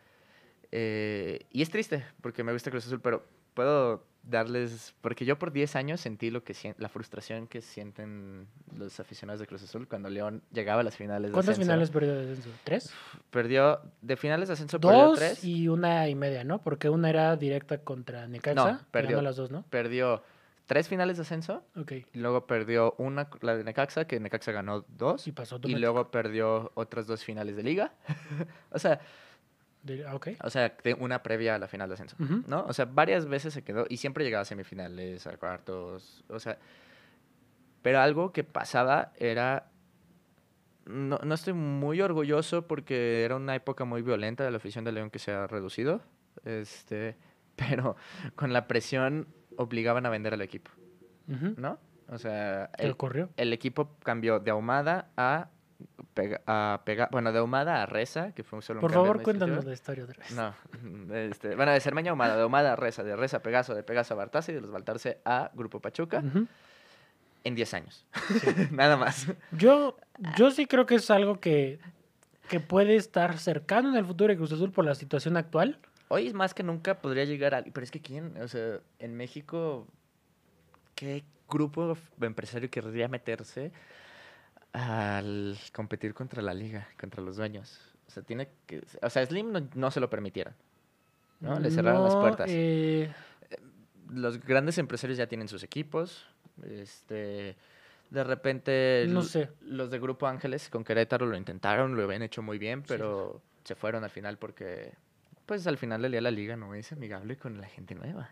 Y es triste, porque me gusta Cruz Azul, pero puedo darles... Porque yo por 10 años sentí la frustración que sienten los aficionados de Cruz Azul cuando León llegaba a las finales de ascenso. ¿Cuántas finales perdió de ascenso? ¿3? Perdió, de finales de ascenso perdió 3. 2 y 1.5, ¿no? Porque una era directa contra Necaxa. No, perdió las 2, ¿no? Perdió 3 finales de ascenso. Okay. Y luego perdió la de Necaxa, que Necaxa ganó 2. Y pasó automático. Y luego perdió otras 2 finales de liga. O sea... Okay. O sea, una previa a la final de ascenso, ¿no? O sea, varias veces se quedó y siempre llegaba a semifinales, a cuartos, o sea... Pero algo que pasaba era... No estoy muy orgulloso porque era una época muy violenta de la afición de León que se ha reducido, pero con la presión obligaban a vender al equipo, ¿no? O sea... El equipo cambió de Ahumada a... bueno, de Ahumada a Reza, que fue solo un cambio. Por favor, cuéntanos la historia otra vez. No, bueno, de Cermeño a Ahumada, de Ahumada a Reza, de Reza a Pegaso, de Pegaso a Bartaza y de los Baltarce a Grupo Pachuca en 10 años. Sí. Nada más. Yo sí creo que es algo que puede estar cercano en el futuro de Cruz Azul por la situación actual. Hoy más que nunca podría llegar a... Pero es que ¿quién? O sea, en México, ¿qué grupo empresario querría meterse al competir contra la liga, contra los dueños? O sea, Slim no se lo permitieron, ¿no? Le cerraron las puertas. Los grandes empresarios ya tienen sus equipos. De repente, no sé. Los de Grupo Ángeles con Querétaro lo intentaron, lo habían hecho muy bien, pero se fueron al final porque Pues al final del día la liga no es amigable con la gente nueva.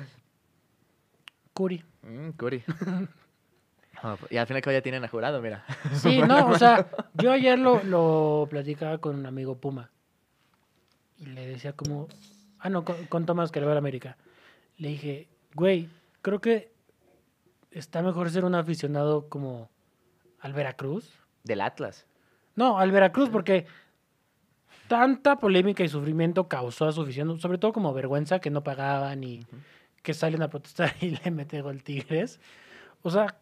Curi. Curi. Y al final que ya tienen a Jurado, mira. Sí, no, o sea, yo ayer lo platicaba con un amigo Puma. Y le decía como... Ah, no, con Tomás, que le va a la América. Le dije, güey, creo que está mejor ser un aficionado como al Veracruz. Del Atlas. No, al Veracruz, porque tanta polémica y sufrimiento causó a su afición, sobre todo como vergüenza que no pagaban y que salen a protestar y le mete gol Tigres. O sea,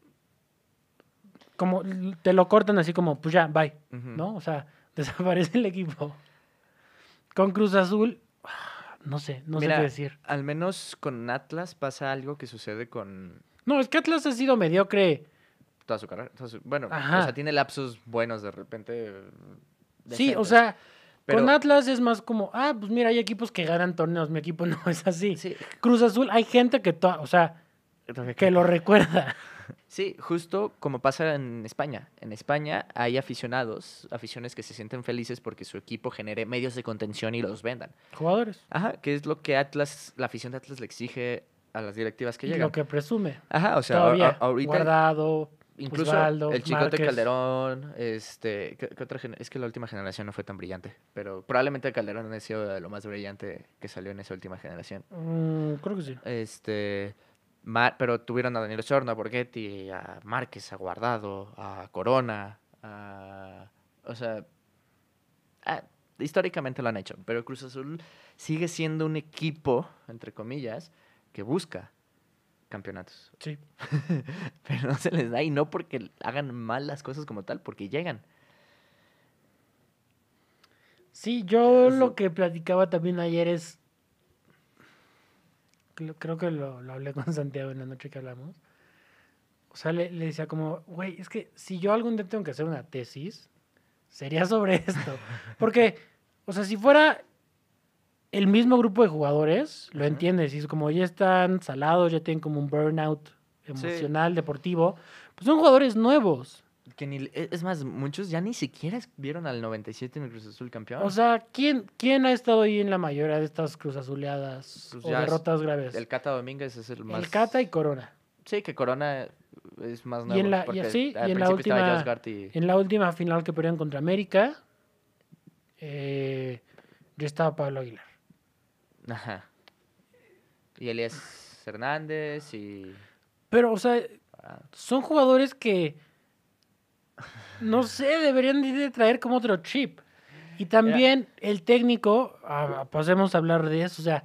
como te lo cortan así como, pues ya, bye, ¿no? O sea, desaparece el equipo. Con Cruz Azul, no sé qué decir. Al menos con Atlas pasa algo que sucede con... No, es que Atlas ha sido mediocre. Toda su carrera. Bueno, o sea, tiene lapsos buenos de repente. Decentes. Sí, o sea, con Atlas es más como, pues mira, hay equipos que ganan torneos, mi equipo no es así. Sí. Cruz Azul, hay gente que, o sea, que lo recuerda. Sí, justo como pasa en España. En España hay aficiones que se sienten felices porque su equipo genere medios de contención y los vendan. Jugadores. Ajá, que es lo que la afición de Atlas le exige a las directivas que llegan. Lo que presume. Ajá, o sea, todavía ahorita... Guardado, incluso Osvaldo, el Chicote Márquez. Calderón, ¿qué otra es que la última generación no fue tan brillante, pero probablemente Calderón ha sido de lo más brillante que salió en esa última generación. Creo que sí. Pero tuvieron a Daniel Osorno, a Borghetti, a Márquez, a Guardado, a Corona, o sea, históricamente lo han hecho, pero Cruz Azul sigue siendo un equipo, entre comillas, que busca campeonatos. Sí. Pero no se les da, y no porque hagan mal las cosas como tal, porque llegan. Sí, yo lo que platicaba también ayer es... Creo que lo hablé con Santiago en la noche que hablamos. O sea, le decía como, güey, es que si yo algún día tengo que hacer una tesis, sería sobre esto. Porque, o sea, si fuera el mismo grupo de jugadores, lo entiendes. Y es como ya están salados, ya tienen como un burnout emocional, deportivo. Pues son jugadores nuevos. Es más, muchos ya ni siquiera vieron al 97 en el Cruz Azul campeón. O sea, ¿quién ha estado ahí en la mayoría de estas Cruz Azuleadas pues o derrotas graves? El Cata Domínguez es el más... El Cata y Corona. Sí, que Corona es más nuevo. Y en la última final que perdieron contra América, ya estaba Pablo Aguilar. Ajá. Y Elías Hernández y... Pero, o sea, son jugadores que, no sé, deberían de traer como otro chip. Y también el técnico, pasemos a hablar de eso, o sea,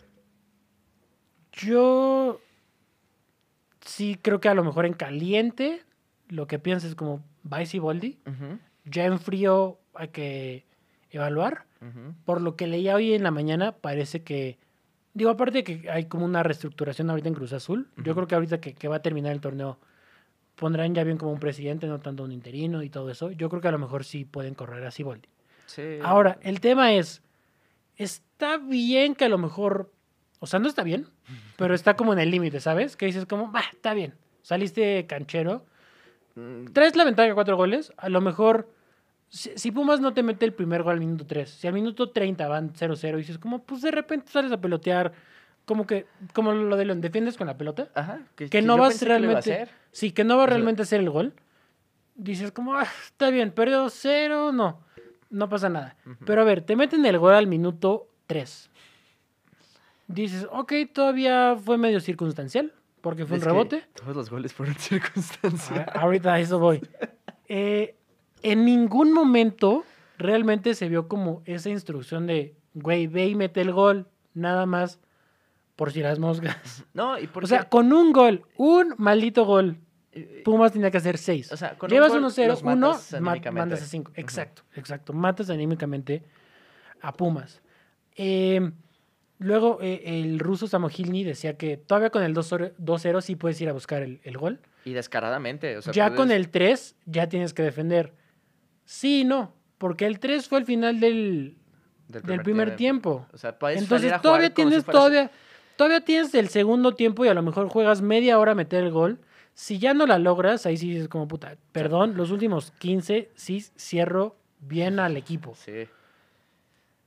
yo sí creo que a lo mejor en caliente lo que piensas es como Vice y Boldi. Ya en frío hay que evaluar. Por lo que leía hoy en la mañana, parece que... Digo, aparte de que hay como una reestructuración ahorita en Cruz Azul, yo creo que ahorita que va a terminar el torneo pondrán ya bien como un presidente, no tanto un interino y todo eso. Yo creo que a lo mejor sí pueden correr a Siboldi. Sí. Ahora, el tema es, está bien que a lo mejor, o sea, no está bien, pero está como en el límite, ¿sabes? Que dices como, está bien, saliste canchero, traes la ventaja de 4 goles, a lo mejor, si Pumas no te mete el primer gol al minuto 3, si al minuto 30 van 0-0 y dices como, pues de repente sales a pelotear, como lo de León, defiendes con la pelota, ajá, que no vas realmente, sí, que no va realmente a hacer el gol, dices como, está bien, perdió 0, no pasa nada. Pero a ver, te meten el gol al minuto 3. Dices, ok, todavía fue medio circunstancial, porque fue un rebote. Todos los goles fueron circunstanciales. Ahorita a eso voy. En ningún momento realmente se vio como esa instrucción de, güey, ve y mete el gol, nada más por si las moscas. No, ¿y por qué? O sea, con un gol, un maldito gol, Pumas tenía que hacer 6. O sea, con llevas 1-0, 1, mandas a 5. Exacto. Matas anímicamente a Pumas. Luego, el ruso Samogilny decía que todavía con el 2-0 sí puedes ir a buscar el gol. Y descaradamente. O sea, ya con el 3 ya tienes que defender. Sí, no. Porque el 3 fue el final del primer tiempo. O sea, puedes entonces salir a todavía jugar tienes todavía tienes el segundo tiempo y a lo mejor juegas media hora a meter el gol. Si ya no la logras, ahí sí dices como puta, perdón, los últimos 15 sí cierro bien al equipo. Sí.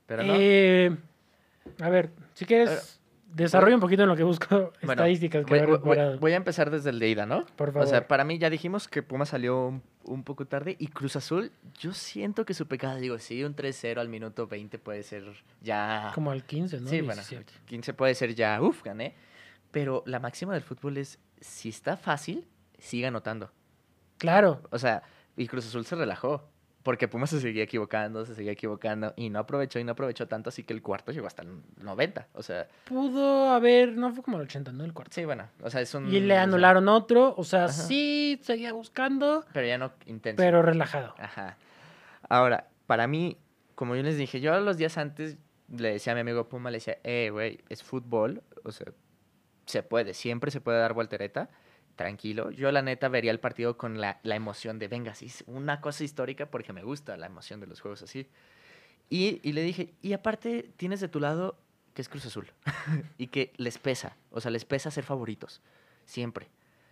Pero no. A ver, si quieres, desarrolla un poquito en lo que busco estadísticas. Voy a empezar desde el de ida, ¿no? Por favor. O sea, para mí ya dijimos que Pumas salió un poco tarde y Cruz Azul, yo siento que su pecado, digo, sí, un 3-0 al minuto 20 puede ser ya... Como al 15, ¿no? Sí, 17. Bueno, 15 puede ser ya, gané. Pero la máxima del fútbol es, si está fácil, siga anotando. Claro. O sea, y Cruz Azul se relajó. Porque Pumas se seguía equivocando y no aprovechó tanto, así que el cuarto llegó hasta el 90, o sea... Pudo haber, no fue como el 80, ¿no? El cuarto. Sí, bueno, o sea, es un... Y le anularon otro, o sea, sí, seguía buscando. Pero ya no intenso. Pero relajado. Ajá. Ahora, para mí, como yo les dije, yo los días antes le decía a mi amigo Puma, le decía, güey, es fútbol, o sea, se puede, siempre se puede dar voltereta. Tranquilo. Yo, la neta, vería el partido con la emoción de, venga, sí, una cosa histórica porque me gusta la emoción de los juegos así. Y le dije, y aparte tienes de tu lado que es Cruz Azul y que les pesa, o sea, les pesa ser favoritos, siempre.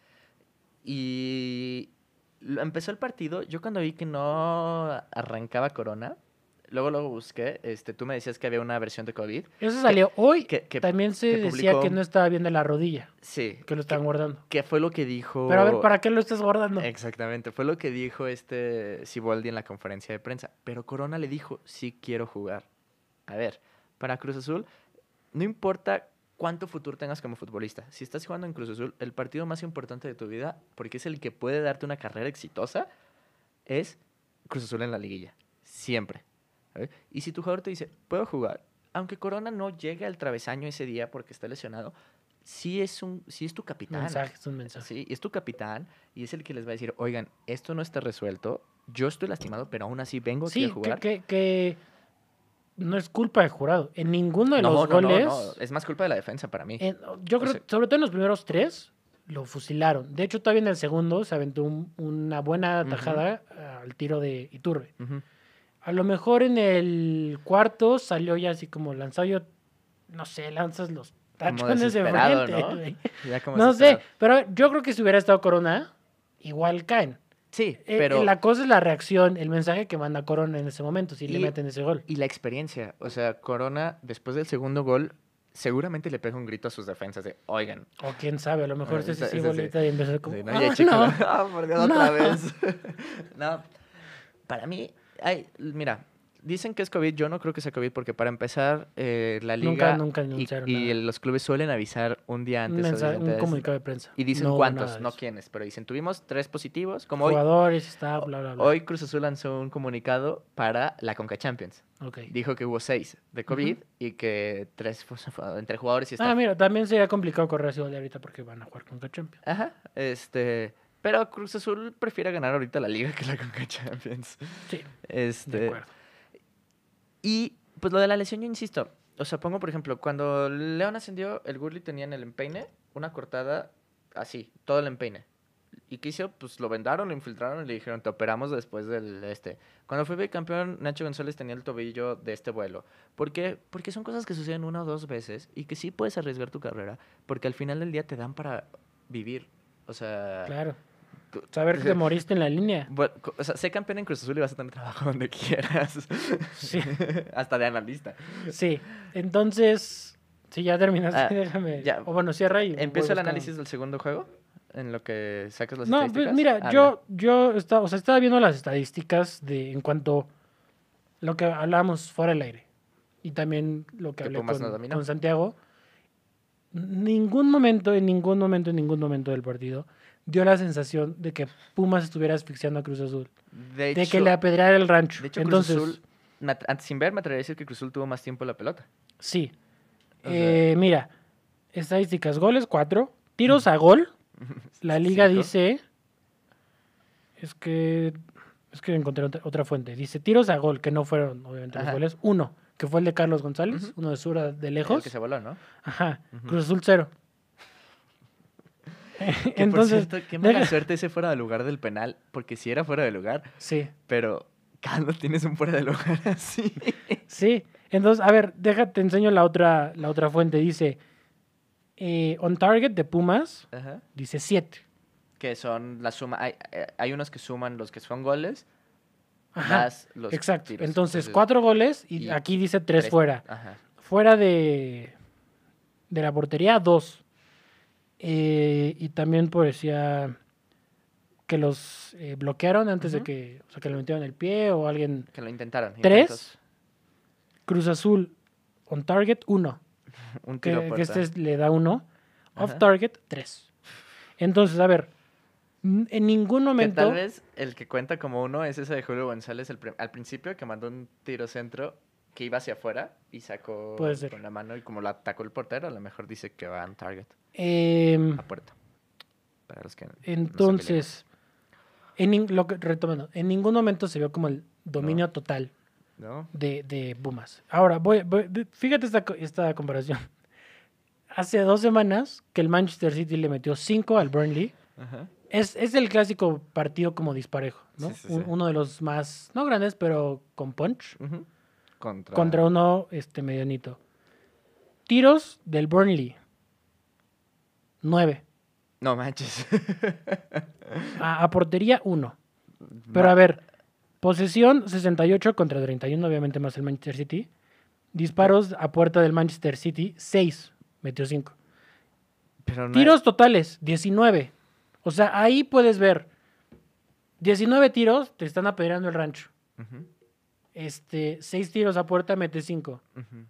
Y empezó el partido, yo cuando vi que no arrancaba Corona, luego busqué, tú me decías que había una versión de COVID. Eso salió hoy. También se decía que no estaba bien de la rodilla. Sí. Que lo estaban guardando. Que fue lo que dijo... Pero a ver, ¿para qué lo estás guardando? Exactamente. Fue lo que dijo Siboldi en la conferencia de prensa. Pero Corona le dijo, sí quiero jugar. A ver, para Cruz Azul, no importa cuánto futuro tengas como futbolista. Si estás jugando en Cruz Azul, el partido más importante de tu vida, porque es el que puede darte una carrera exitosa, es Cruz Azul en la liguilla. Siempre. Y si tu jugador te dice, puedo jugar, aunque Corona no llegue al travesaño ese día porque está lesionado, sí es tu capitán. Es un mensaje. Sí, es tu capitán y es el que les va a decir, oigan, esto no está resuelto, yo estoy lastimado, pero aún así vengo aquí a jugar. Que no es culpa del jurado. En ninguno de los goles... No, es más culpa de la defensa para mí. Yo creo, sobre todo en los primeros 3, lo fusilaron. De hecho, todavía en el segundo se aventó una buena tajada al tiro de Iturbe. A lo mejor en el cuarto salió ya así como lanzado. Yo, no sé, lanzas los tachones de frente. No sé, pero yo creo que si hubiera estado Corona, igual caen. Sí, pero... La cosa es la reacción, el mensaje que manda Corona en ese momento, si le meten ese gol. Y la experiencia. O sea, Corona, después del segundo gol, seguramente le pega un grito a sus defensas de, oigan. O quién sabe, a lo mejor sí bolita y empezó como, por Dios, otra vez. No, para mí, mira, dicen que es COVID, yo no creo que sea COVID porque para empezar, la liga nunca anunciaron y los clubes suelen avisar un día antes. Un comunicado de prensa. Y dicen cuántos, no quiénes, pero dicen, tuvimos 3 positivos. Como jugadores, bla, bla, bla. Hoy Cruz Azul lanzó un comunicado para la Conca Champions. Dijo que hubo 6 de COVID y que 3 entre jugadores y staff. Mira, también sería complicado correr así ahorita porque van a jugar Conca Champions. Ajá, pero Cruz Azul prefiere ganar ahorita la Liga que la Conca Champions. Sí, de acuerdo. Y pues lo de la lesión, yo insisto. O sea, pongo, por ejemplo, cuando León ascendió, el Gurley tenía en el empeine una cortada así, todo el empeine. ¿Y qué hizo? Pues lo vendaron, lo infiltraron y le dijeron, te operamos después del Cuando fue bicampeón, Nacho González tenía el tobillo de este vuelo. ¿Por qué? Porque son cosas que suceden 1 o 2 veces y que sí puedes arriesgar tu carrera, porque al final del día te dan para vivir. O sea... Claro. Saber que te moriste en la línea. Bueno, o sea, sé campeón en Cruz Azul y vas a tener trabajo donde quieras. Sí. Hasta de analista. Sí. Entonces, si ya terminaste, déjame. Ya. O bueno, cierra y... ¿Empiezo el análisis del segundo juego? En lo que sacas las estadísticas. Pues mira, yo estaba viendo las estadísticas en cuanto a lo que hablábamos fuera del aire. Y también lo que hablé con Santiago. En ningún momento del partido dio la sensación de que Pumas estuviera asfixiando a Cruz Azul. De que le apedreara el rancho. De hecho, entonces, Cruz Azul, sin ver, me atrevería a decir que Cruz Azul tuvo más tiempo la pelota. Sí. Mira, estadísticas, goles 4, tiros a gol. La liga 5. Dice... Es que encontré otra fuente. Dice tiros a gol, que no fueron obviamente los goles. 1, que fue el de Carlos González, uno de Sura de lejos. El que se voló, ¿no? Ajá. Cruz Azul 0. Entonces, por cierto, qué mala suerte ese fuera de lugar del penal, porque si era fuera de lugar. Sí. Pero, ¿cuándo tienes un fuera de lugar así? Sí. Entonces, a ver, te enseño la otra fuente. Dice, on target de Pumas, dice 7. Que son la suma, hay unos que suman los que son goles. más los exacto. tiros. Entonces, 4 goles y aquí dice 3 fuera. Fuera de la portería, 2. Y también parecía que los bloquearon antes de que, o sea, que le metieron el pie o alguien. Que lo intentaron. 3. Cruz Azul on target, 1. Un tiro a puerta. Que este le da 1. Off target, 3. Entonces, a ver, en ningún momento. Que tal vez el que cuenta como 1 es ese de Julio González al principio, que mandó un tiro centro que iba hacia afuera y sacó con la mano, y como lo atacó el portero, a lo mejor dice que va on target. A puerta. Para los que entonces, retomando, en ningún momento se vio como el dominio total de Pumas. Ahora, fíjate esta comparación. Hace 2 semanas que el Manchester City le metió 5 al Burnley. Es el clásico partido como disparejo, ¿no? Sí. Uno de los más, no grandes, pero con punch. Contra uno medianito. Tiros del Burnley. 9. No manches. A portería, 1. Pero a ver, posesión 68 contra 31, obviamente más el Manchester City. Disparos a puerta del Manchester City, 6. Metió 5. Tiros totales, 19. O sea, ahí puedes ver 19 tiros, te están apedreando el rancho. 6 tiros a puerta, mete 5.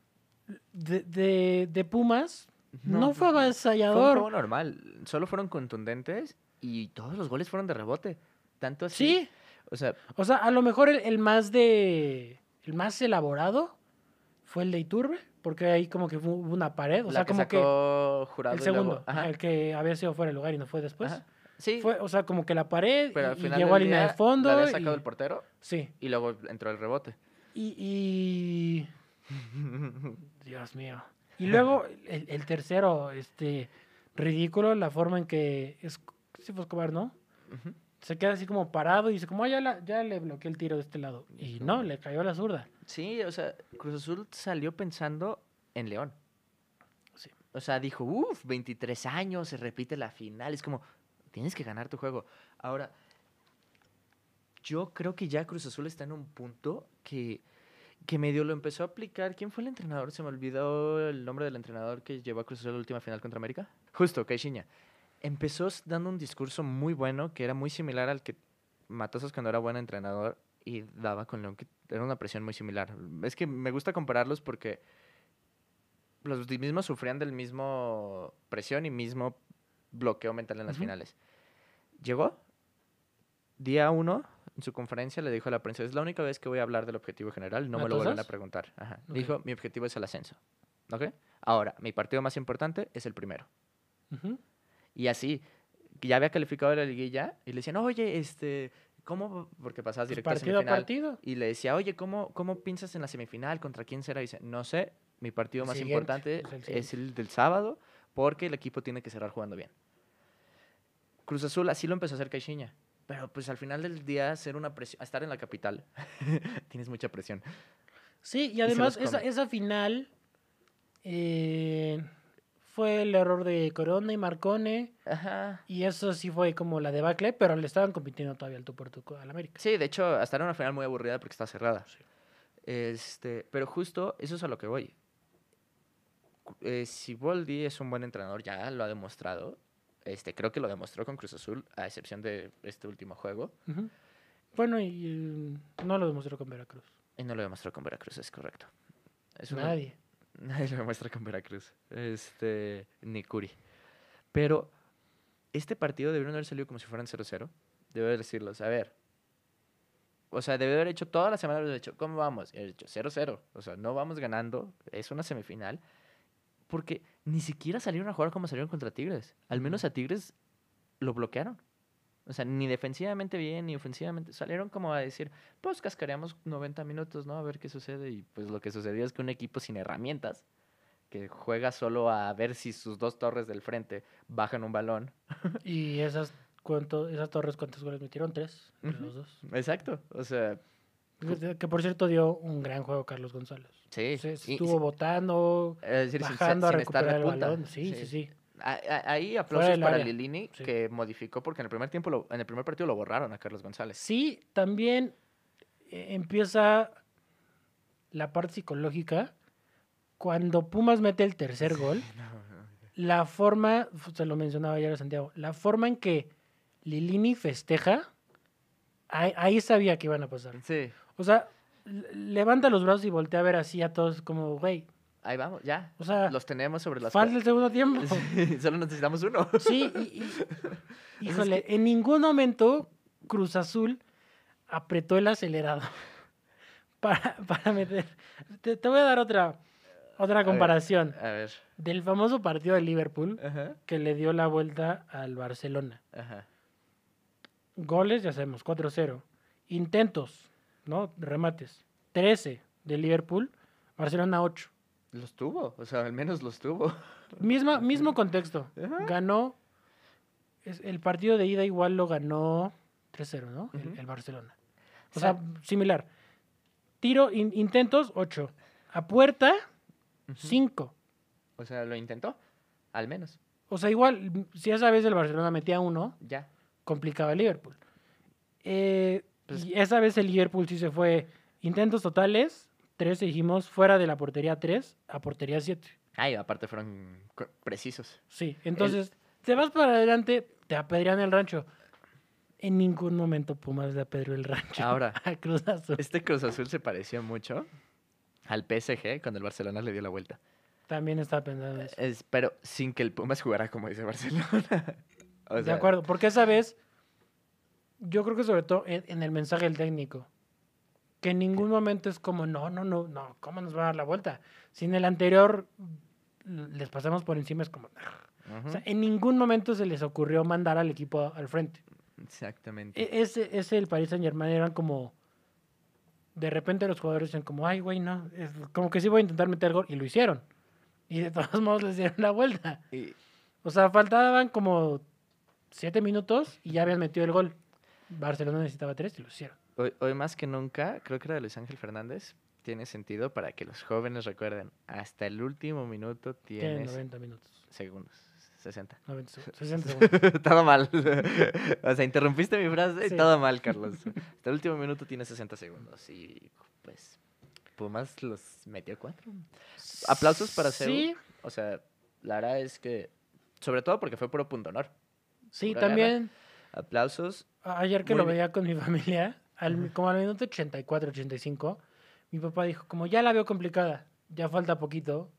De Pumas, no fue avasallador. Fue un juego normal. Solo fueron contundentes y todos los goles fueron de rebote. Tanto así. Sí. O sea, a lo mejor el más elaborado fue el de Iturbe, porque ahí como que hubo una pared. O sea, como sacó Jurado el segundo, el que había sido fuera de lugar y no fue después. Sí. Fue, o sea, como que la pared pero al y final llegó a línea de fondo. La había sacado el portero. Sí. Y luego entró el rebote. Dios mío. Y luego el tercero, ridículo, la forma en que sí fue Escobar, ¿no? Se queda así como parado y dice como, ya le bloqueé el tiro de este lado. Y no, le cayó a la zurda. Sí, o sea, Cruz Azul salió pensando en León. Sí. O sea, dijo, 23 años, se repite la final. Es como, tienes que ganar tu juego. Ahora, yo creo que ya Cruz Azul está en un punto que medio lo empezó a aplicar. ¿Quién fue el entrenador? Se me olvidó el nombre del entrenador que llevó a Cruz Azul a la última final contra América. Justo, Caixinha. Empezó dando un discurso muy bueno, que era muy similar al que Matosas cuando era buen entrenador y daba con León, que era una presión muy similar. Es que me gusta compararlos porque los mismos sufrían del mismo presión y mismo bloqueo mental en las finales. Llegó, día 1, en su conferencia le dijo a la prensa, es la única vez que voy a hablar del objetivo general, no me lo vuelven a preguntar. Okay. Dijo, mi objetivo es el ascenso. ¿Ok? Ahora, mi partido más importante es el primero. Y así, ya había calificado la liguilla y le decían, oye, ¿cómo? Porque pasabas directo a semifinal. Partido. Y le decía, oye, ¿cómo piensas en la semifinal? ¿Contra quién será? Y dice, no sé, mi partido más importante es el del sábado porque el equipo tiene que cerrar jugando bien. Cruz Azul así lo empezó a hacer Caixinha. Pero pues al final del día, estar en la capital, tienes mucha presión. Sí, y además esa final fue el error de Corona y Marcone. Y eso sí fue como la debacle, pero le estaban compitiendo todavía al tú por tú al América. Sí, de hecho, hasta era una final muy aburrida porque estaba cerrada. Sí. Pero justo eso es a lo que voy. Siboldi es un buen entrenador, ya lo ha demostrado. Creo que lo demostró con Cruz Azul, a excepción de este último juego. Bueno, y no lo demostró con Veracruz. Y no lo demostró con Veracruz, es correcto. Nadie lo demuestra con Veracruz. Ni Curi. Pero este partido debería haber salido como si fueran 0-0. Debe decirlos, a ver. O sea, debe haber hecho toda la semana, haber hecho, ¿cómo vamos? Y haber hecho 0-0. O sea, no vamos ganando, es una semifinal. Porque ni siquiera salieron a jugar como salieron contra Tigres. Al menos a Tigres lo bloquearon. O sea, ni defensivamente bien, ni ofensivamente. Salieron como a decir, pues cascareamos 90 minutos, ¿no? A ver qué sucede. Y pues lo que sucedió es que un equipo sin herramientas, que juega solo a ver si sus 2 torres del frente bajan un balón. Y esas torres, ¿cuántos goles metieron? 3 entre los dos. Exacto. O sea... Que por cierto dio un gran juego Carlos González. Sí. Se estuvo botando, bajando a recuperar el balón. Sí. Ahí aplausos para Lilini, que modificó, porque en el primer partido lo borraron a Carlos González. Sí, también empieza la parte psicológica. Cuando Pumas mete el tercer gol, la forma, se lo mencionaba ya Santiago, la forma en que Lilini festeja, ahí sabía que iban a pasar. Sí. O sea, levanta los brazos y voltea a ver así a todos como, güey. Ahí vamos, ya. O sea, los tenemos sobre las... Falta el segundo tiempo. Sí, solo necesitamos uno. Sí, híjole, en ningún momento Cruz Azul apretó el acelerador para meter. Te voy a dar otra comparación. A ver. Del famoso partido de Liverpool, Ajá. que le dio la vuelta al Barcelona. Ajá. Goles, ya sabemos, 4-0. Intentos, ¿no? Remates. 13 de Liverpool, Barcelona 8. Los tuvo, o sea, al menos los tuvo. Mismo contexto. Ajá. Ganó, el partido de ida igual lo ganó 3-0, ¿no? Uh-huh. El Barcelona. O sea, similar. Tiro, intentos, 8. A puerta, 5. O sea, lo intentó, al menos. O sea, igual, si esa vez el Barcelona metía 1, Ya. complicaba el Liverpool. Y esa vez el Liverpool sí se fue. Intentos totales, 13 dijimos, fuera de la portería 3 a portería 7. Ay, aparte fueron precisos. Sí, entonces te vas para adelante, te apedrean el rancho. En ningún momento Pumas le apedreó el rancho. Ahora, a Cruz Azul. Este Cruz Azul se pareció mucho al PSG cuando el Barcelona le dio la vuelta. También estaba pensando eso. Pero sin que el Pumas jugara como dice Barcelona. De acuerdo, porque esa vez, yo creo que sobre todo en el mensaje del técnico, que en ningún momento es como, no, ¿cómo nos va a dar la vuelta? Si en el anterior les pasamos por encima, es como... O sea, en ningún momento se les ocurrió mandar al equipo al frente. Exactamente. Ese el Paris Saint-Germain eran como... De repente los jugadores dicen como, ay, güey, no. Como que sí voy a intentar meter gol. Y lo hicieron. Y de todos modos les dieron la vuelta. O sea, faltaban como 7 minutos y ya habían metido el gol. Barcelona necesitaba 3 y lo hicieron. Hoy más que nunca, creo que era de Luis Ángel Fernández, tiene sentido para que los jóvenes recuerden. Hasta el último minuto Tienen tienes... 90 minutos. Segundos. 60. 60 segundos. Todo mal. O sea, interrumpiste mi frase. Sí. Todo mal, Carlos. Hasta el último minuto tienes 60 segundos. Y pues Pumas los metió 4. Aplausos para Seúl. Sí. O sea, la verdad es que... Sobre todo porque fue puro punto honor. Sí, Pura también. gana. Aplausos. Ayer que Muy lo bien. veía con mi familia, como al minuto 84, 85, mi papá dijo, como ya la veo complicada, ya falta poquito,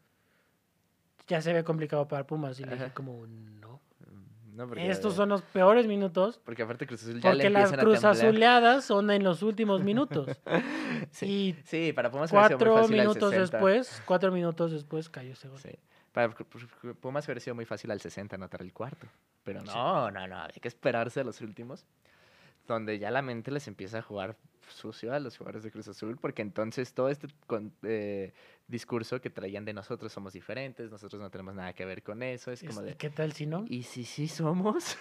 ya se ve complicado para Pumas. Y le dije como, no. No, porque, Estos son los peores minutos. Porque aparte Cruz Azul ya le Porque las empiezan a temblar. cruzazuleadas son en los últimos minutos. Sí, Y sí, para Pumas hubiera sido muy 4 fácil al minutos 60. después, 4 minutos después cayó ese gol. Sí. Para Pumas hubiera sido muy fácil al 60 anotar el cuarto. Pero no, había que esperarse a los últimos. Donde ya la mente les empieza a jugar sucio a los jugadores de Cruz Azul. Porque entonces todo este discurso que traían de nosotros somos diferentes, nosotros no tenemos nada que ver con eso. Es como de... ¿Qué tal si no? ¿Y si sí somos?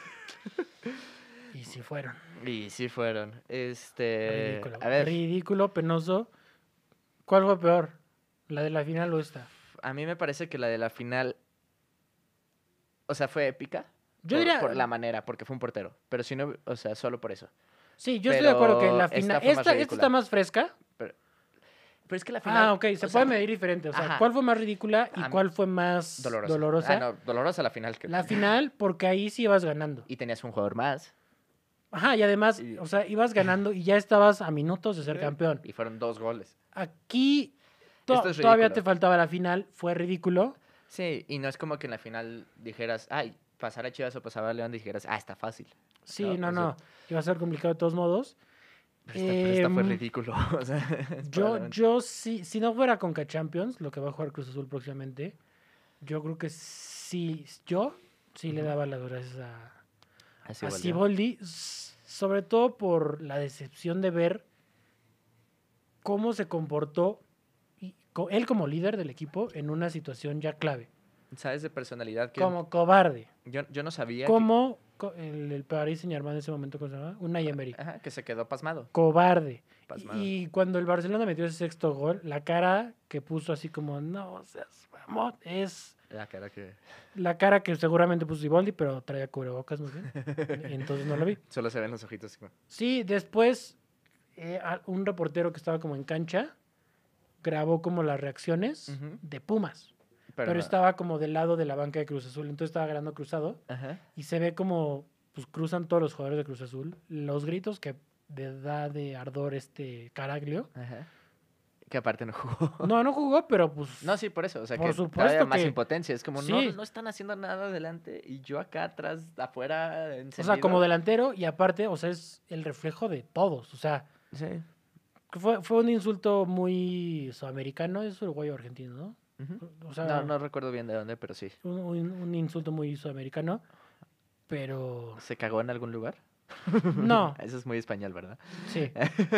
Y si fueron. Y sí fueron. Ridículo. A ver, Ridículo, penoso. ¿Cuál fue peor? ¿La de la final o esta? a mí me parece que la de la final, o sea, fue épica. Yo diría... Por la manera, porque fue un portero. Pero si no, o sea, solo por eso. Sí, yo estoy de acuerdo que la Pero final... esta fue más Esta ridícula. está más fresca. Pero es que la final... Ok, se puede medir diferente. O sea, ajá. ¿cuál fue más ridícula y cuál fue más dolorosa? No, dolorosa la final. La final, porque ahí sí ibas ganando. Y tenías un jugador más. Ajá, y además, o sea, ibas ganando y ya estabas a minutos de ser campeón. Y fueron 2 goles. Aquí Esto es todavía ridículo. te faltaba la final, fue ridículo. Sí, y no es como que en la final dijeras, ay, pasar a Chivas o pasar a León, dijeras, está fácil. Sí, No, no. Iba a ser complicado de todos modos. Pero esta fue ridículo. O sea, yo sí, si no fuera Conca Champions, lo que va a jugar Cruz Azul próximamente, yo creo que sí, le daba las gracias a Siboldi, sobre todo por la decepción de ver cómo se comportó él como líder del equipo en una situación ya clave. ¿Sabes de personalidad? Que como cobarde. Yo no sabía. Como el Paris Saint-Germain en ese momento, ¿cómo se llama? Unai Emery. Ajá, que se quedó pasmado. Cobarde. Pasmado. Y cuando el Barcelona metió ese sexto gol, la cara que puso así como, no seas mamón, es... La cara que seguramente puso Siboldi, pero traía cubrebocas, no sé. Entonces no lo vi. Solo se ven los ojitos. Sí, después un reportero que estaba como en cancha grabó como las reacciones de Pumas. Pero estaba como del lado de la banca de Cruz Azul. Entonces estaba ganando cruzado. Ajá. Y se ve como pues cruzan todos los jugadores de Cruz Azul. Los gritos que da de ardor Caraglio. Ajá. Que aparte no jugó. No jugó, pero pues... No, sí, por eso. O sea, por que supuesto más impotencia. Es como, sí. no están haciendo nada adelante y yo acá atrás, afuera, encendido. O sea, como delantero y aparte, o sea, es el reflejo de todos. O sea... Sí. Fue un insulto muy sudamericano. Es uruguayo o argentino, ¿no? O sea, no recuerdo bien de dónde, pero sí. Un insulto muy sudamericano. Pero... ¿Se cagó en algún lugar? No. Eso es muy español, ¿verdad? Sí.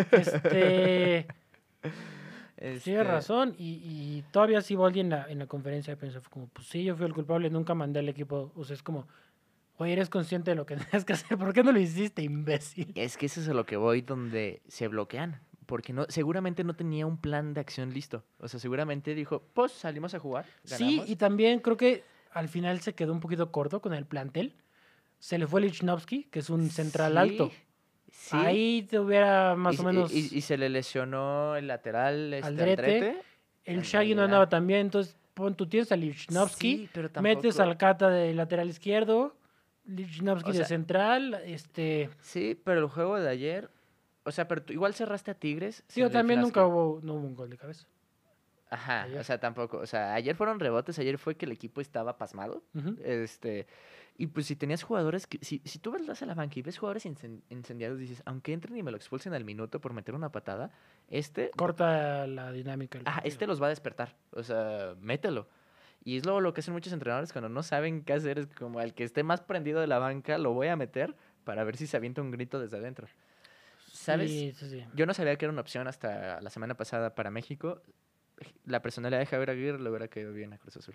Tienes razón. Y todavía sí Boldi en la conferencia de prensa fue como, pues sí, yo fui el culpable, nunca mandé al equipo. O sea, es como, oye, eres consciente de lo que tenías que hacer, ¿por qué no lo hiciste, imbécil? Es que eso es a lo que voy, donde se bloquean. Porque seguramente no tenía un plan de acción listo. O sea, seguramente dijo, pues salimos a jugar. Ganamos. Sí, y también creo que al final se quedó un poquito corto con el plantel. Se le fue Lichnowsky, que es un central alto. Sí. Ahí te hubiera más o menos... Y se le lesionó el lateral Aldrete. El Shaggy no andaba tan bien, entonces tú tienes a Lichnowsky, sí, metes al Cata de lateral izquierdo, Lichnowsky de central, Sí, pero el juego de ayer... O sea, pero igual cerraste a Tigres. Sí, yo también no hubo un gol de cabeza. Ajá, ayer. O sea, tampoco. O sea, ayer fueron rebotes, ayer fue que el equipo estaba pasmado. Y pues si tenías jugadores que... Si tú vas a la banca y ves jugadores incendiados, dices, aunque entren y me lo expulsen al minuto por meter una patada, corta la dinámica. Los va a despertar. O sea, mételo. Y es lo que hacen muchos entrenadores cuando no saben qué hacer. Es como el que esté más prendido de la banca, lo voy a meter para ver si se avienta un grito desde adentro. ¿Sabes? Sí. Yo no sabía que era una opción hasta la semana pasada para México. La personalidad de Javier Aguirre le hubiera caído bien a Cruz Azul.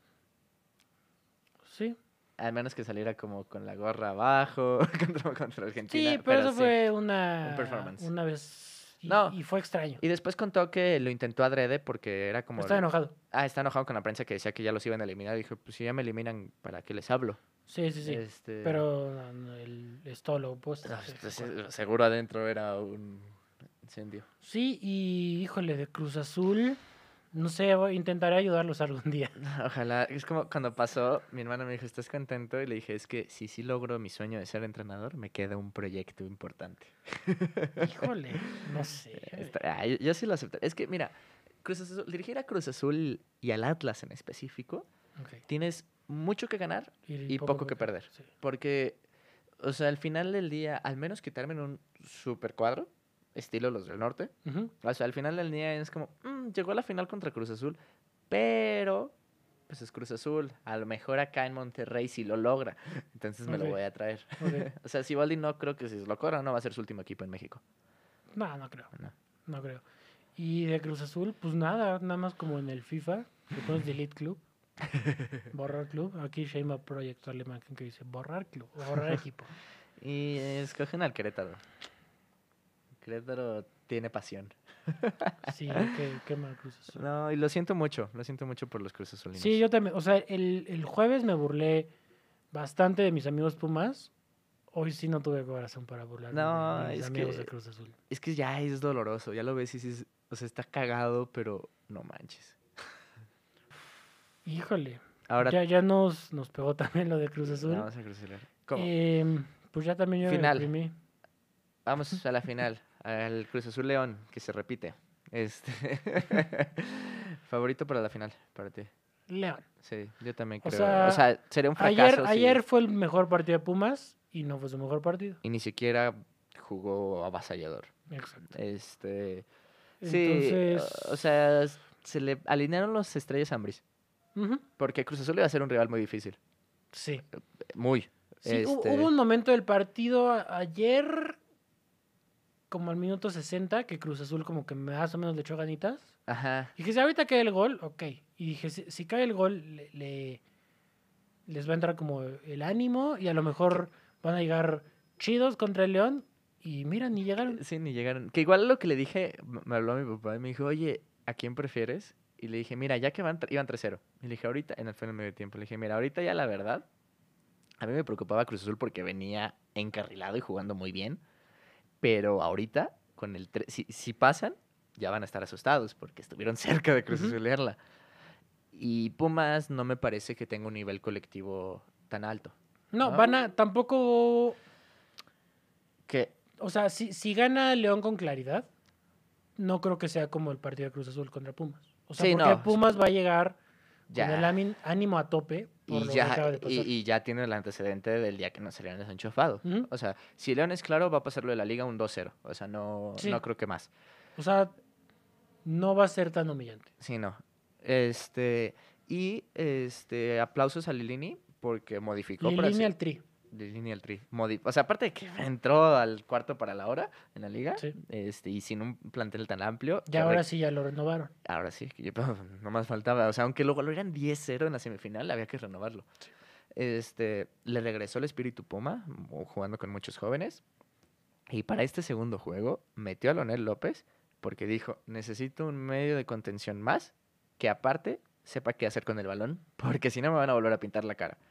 Sí. Al menos que saliera como con la gorra abajo contra Argentina. Sí, pero eso fue un performance. Una vez. Y fue extraño. Y después contó que lo intentó adrede porque era como... Estaba enojado. Está enojado con la prensa que decía que ya los iban a eliminar. Y dijo, pues si ya me eliminan, ¿para qué les hablo? Sí. Pero es todo lo opuesto. Seguro adentro era un incendio. Sí, y híjole, de Cruz Azul, no sé, intentaré ayudarlos algún día. Ojalá. Es como cuando pasó, mi hermano me dijo, ¿estás contento? Y le dije, es que si sí logro mi sueño de ser entrenador, me queda un proyecto importante. Híjole, no sé. Yo sí lo acepto. Es que, mira, dirigir a Cruz Azul y al Atlas en específico, tienes mucho que ganar y poco que perder. Sí. Porque, o sea, al final del día, al menos que te armen un super cuadro, estilo los del norte, o sea, al final del día es como, llegó a la final contra Cruz Azul, pero pues es Cruz Azul, a lo mejor acá en Monterrey sí lo logra, entonces me lo voy a traer. O sea, Siboldi no creo que si lo corra no va a ser su último equipo en México. No creo. No creo. Y de Cruz Azul, pues nada más como en el FIFA, le pones Delete Club. Borrar club. Aquí Shema Project alemán que dice borrar club, borrar equipo. Y escogen al Querétaro. Querétaro tiene pasión. Sí, qué mal Cruz Azul. No, y lo siento mucho por los Cruz Azulinos. Sí, yo también, o sea, el jueves me burlé bastante de mis amigos Pumas. Hoy sí no tuve corazón para burlarme de mis amigos de Cruz Azul. Es que ya es doloroso, ya lo ves y dices, o sea, está cagado, pero no manches. Híjole. Ahora, ya nos pegó también lo de Cruz Azul. Vamos a Cruz Azul. Pues ya también yo me deprimí. Vamos a la final, al Cruz Azul León, que se repite. Favorito para la final, para ti. León. Sí, yo también creo. O sea, sería un fracaso. Ayer fue el mejor partido de Pumas y no fue su mejor partido. Y ni siquiera jugó avasallador. Exacto. Sí, o sea, se le alinearon los estrellas a Ambriz. Porque Cruz Azul iba a ser un rival muy difícil. Sí. Muy. Sí, hubo un momento del partido ayer, como al minuto 60, que Cruz Azul como que más o menos le echó ganitas. Ajá. Y dije, si ahorita cae el gol, ok. Y dije, si cae el gol, les va a entrar como el ánimo y a lo mejor van a llegar chidos contra el León. Y mira, ni llegaron. Sí, ni llegaron. Que igual lo que le dije, me habló mi papá y me dijo, oye, ¿a quién prefieres? Y le dije, mira, ya que iban 3-0. Y le dije, ahorita, fue en el medio tiempo, le dije, mira, ahorita ya la verdad, a mí me preocupaba Cruz Azul porque venía encarrilado y jugando muy bien. Pero ahorita, con el si pasan, ya van a estar asustados porque estuvieron cerca de Cruz Azulearla. Y Pumas no me parece que tenga un nivel colectivo tan alto. No, tampoco... ¿Qué? O sea, si gana León con claridad, no creo que sea como el partido de Cruz Azul contra Pumas. O sea, porque Pumas va a llegar con el ánimo a tope por lo que acaba de pasar. Y ya tiene el antecedente del día que nos salieron desenchufados. O sea, si León es claro, va a pasarlo de la liga un 2-0. O sea, no creo que más. O sea, no va a ser tan humillante. Sí, no. Aplausos a Lilini porque modificó. Lilini al Tri. Lilini al Tri. O sea, aparte de que entró al cuarto para la hora en la liga, y sin un plantel tan amplio. Y ahora sí ya lo renovaron. Ahora sí, no más faltaba. O sea, aunque luego lo eran 10-0 en la semifinal, había que renovarlo. Sí. Le regresó el espíritu Puma, jugando con muchos jóvenes. Y para este segundo juego, metió a Leonel López porque dijo, necesito un medio de contención más que aparte sepa qué hacer con el balón, porque si no me van a volver a pintar la cara.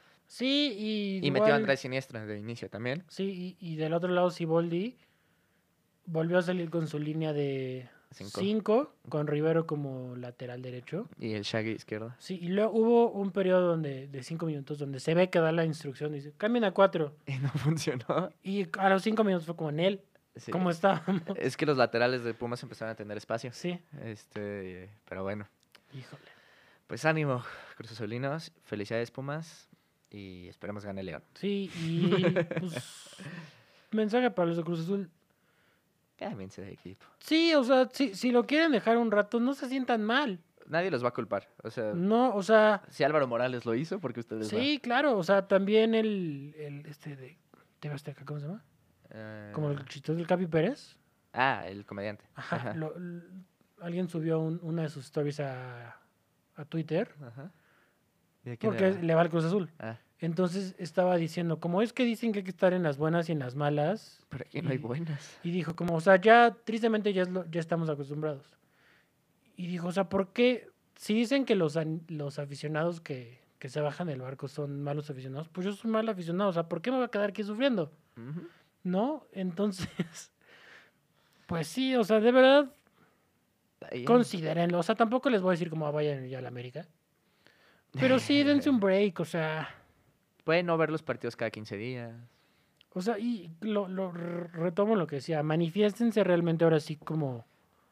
Sí, y metió a Andrés Siniestra de inicio también. Sí, y del otro lado Siboldi volvió a salir con su línea de 5, con Rivero como lateral derecho. Y el Shaggy izquierdo. Sí, y luego hubo un periodo de 5 minutos donde se ve que da la instrucción, dice, cambien a 4. Y no funcionó. Y a los 5 minutos fue como en él. Sí. ¿Cómo estábamos? Es que los laterales de Pumas empezaron a tener espacio. Sí. Pero bueno. Híjole. Pues ánimo, Cruz Azulinos. Felicidades, Pumas. Y esperemos gane León. Sí, y pues mensaje para los de Cruz Azul. Cámbiense de equipo. Sí, o sea, si lo quieren dejar un rato, no se sientan mal. Nadie los va a culpar. O sea, no, o sea... Si Álvaro Morales lo hizo, porque ustedes sí, claro. O sea, también el de TV Azteca, ¿cómo se llama? Como el chistoso del Capi Pérez. El comediante. Ajá. Alguien subió una de sus stories a Twitter. Ajá. Porque le va al Cruz Azul. Entonces estaba diciendo, como es que dicen que hay que estar en las buenas y en las malas. Pero aquí no hay buenas. Y dijo, como, o sea, ya tristemente ya estamos acostumbrados. Y dijo, o sea, ¿por qué? Si dicen que los aficionados que se bajan del barco son malos aficionados, pues yo soy mal aficionado. O sea, ¿por qué me voy a quedar aquí sufriendo? ¿No? Entonces, pues sí, o sea, de verdad, considérenlo. O sea, tampoco les voy a decir como vayan ya a la América. Pero sí, dense un break, o sea... Pueden no ver los partidos cada 15 días. O sea, y retomo lo que decía, manifiéstense realmente ahora sí como...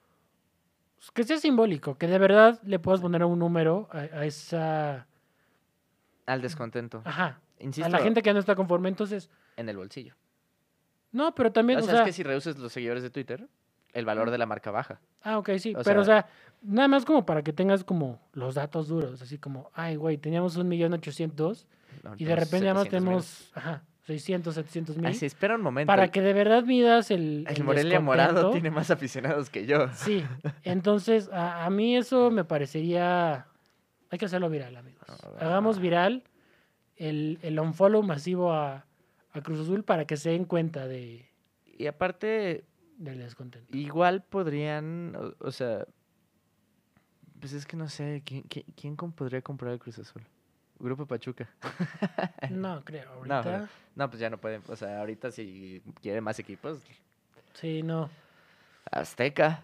que sea simbólico, que de verdad le puedas poner un número a esa... Al descontento. Ajá. Insisto, a la gente que no está conforme, entonces... En el bolsillo. No, pero también... O sea, es que si reduces los seguidores de Twitter, el valor de la marca baja. Ok, sí. Pero, o sea, nada más como para que tengas como los datos duros. Así como, ay, güey, teníamos 1,800,000 y de repente además tenemos 600, 700,000. Así, espera un momento. Para que de verdad midas el Morelia Morado tiene más aficionados que yo. Sí. Entonces, a mí eso me parecería... Hay que hacerlo viral, amigos. Hagamos viral el unfollow masivo a Cruz Azul para que se den cuenta de... Y aparte... del descontento. Igual podrían, o sea, pues es que no sé, ¿quién podría comprar el Cruz Azul? Grupo Pachuca. No, creo, ahorita. No, pues ya no pueden, o sea, ahorita si quieren más equipos. Sí, no. Azteca.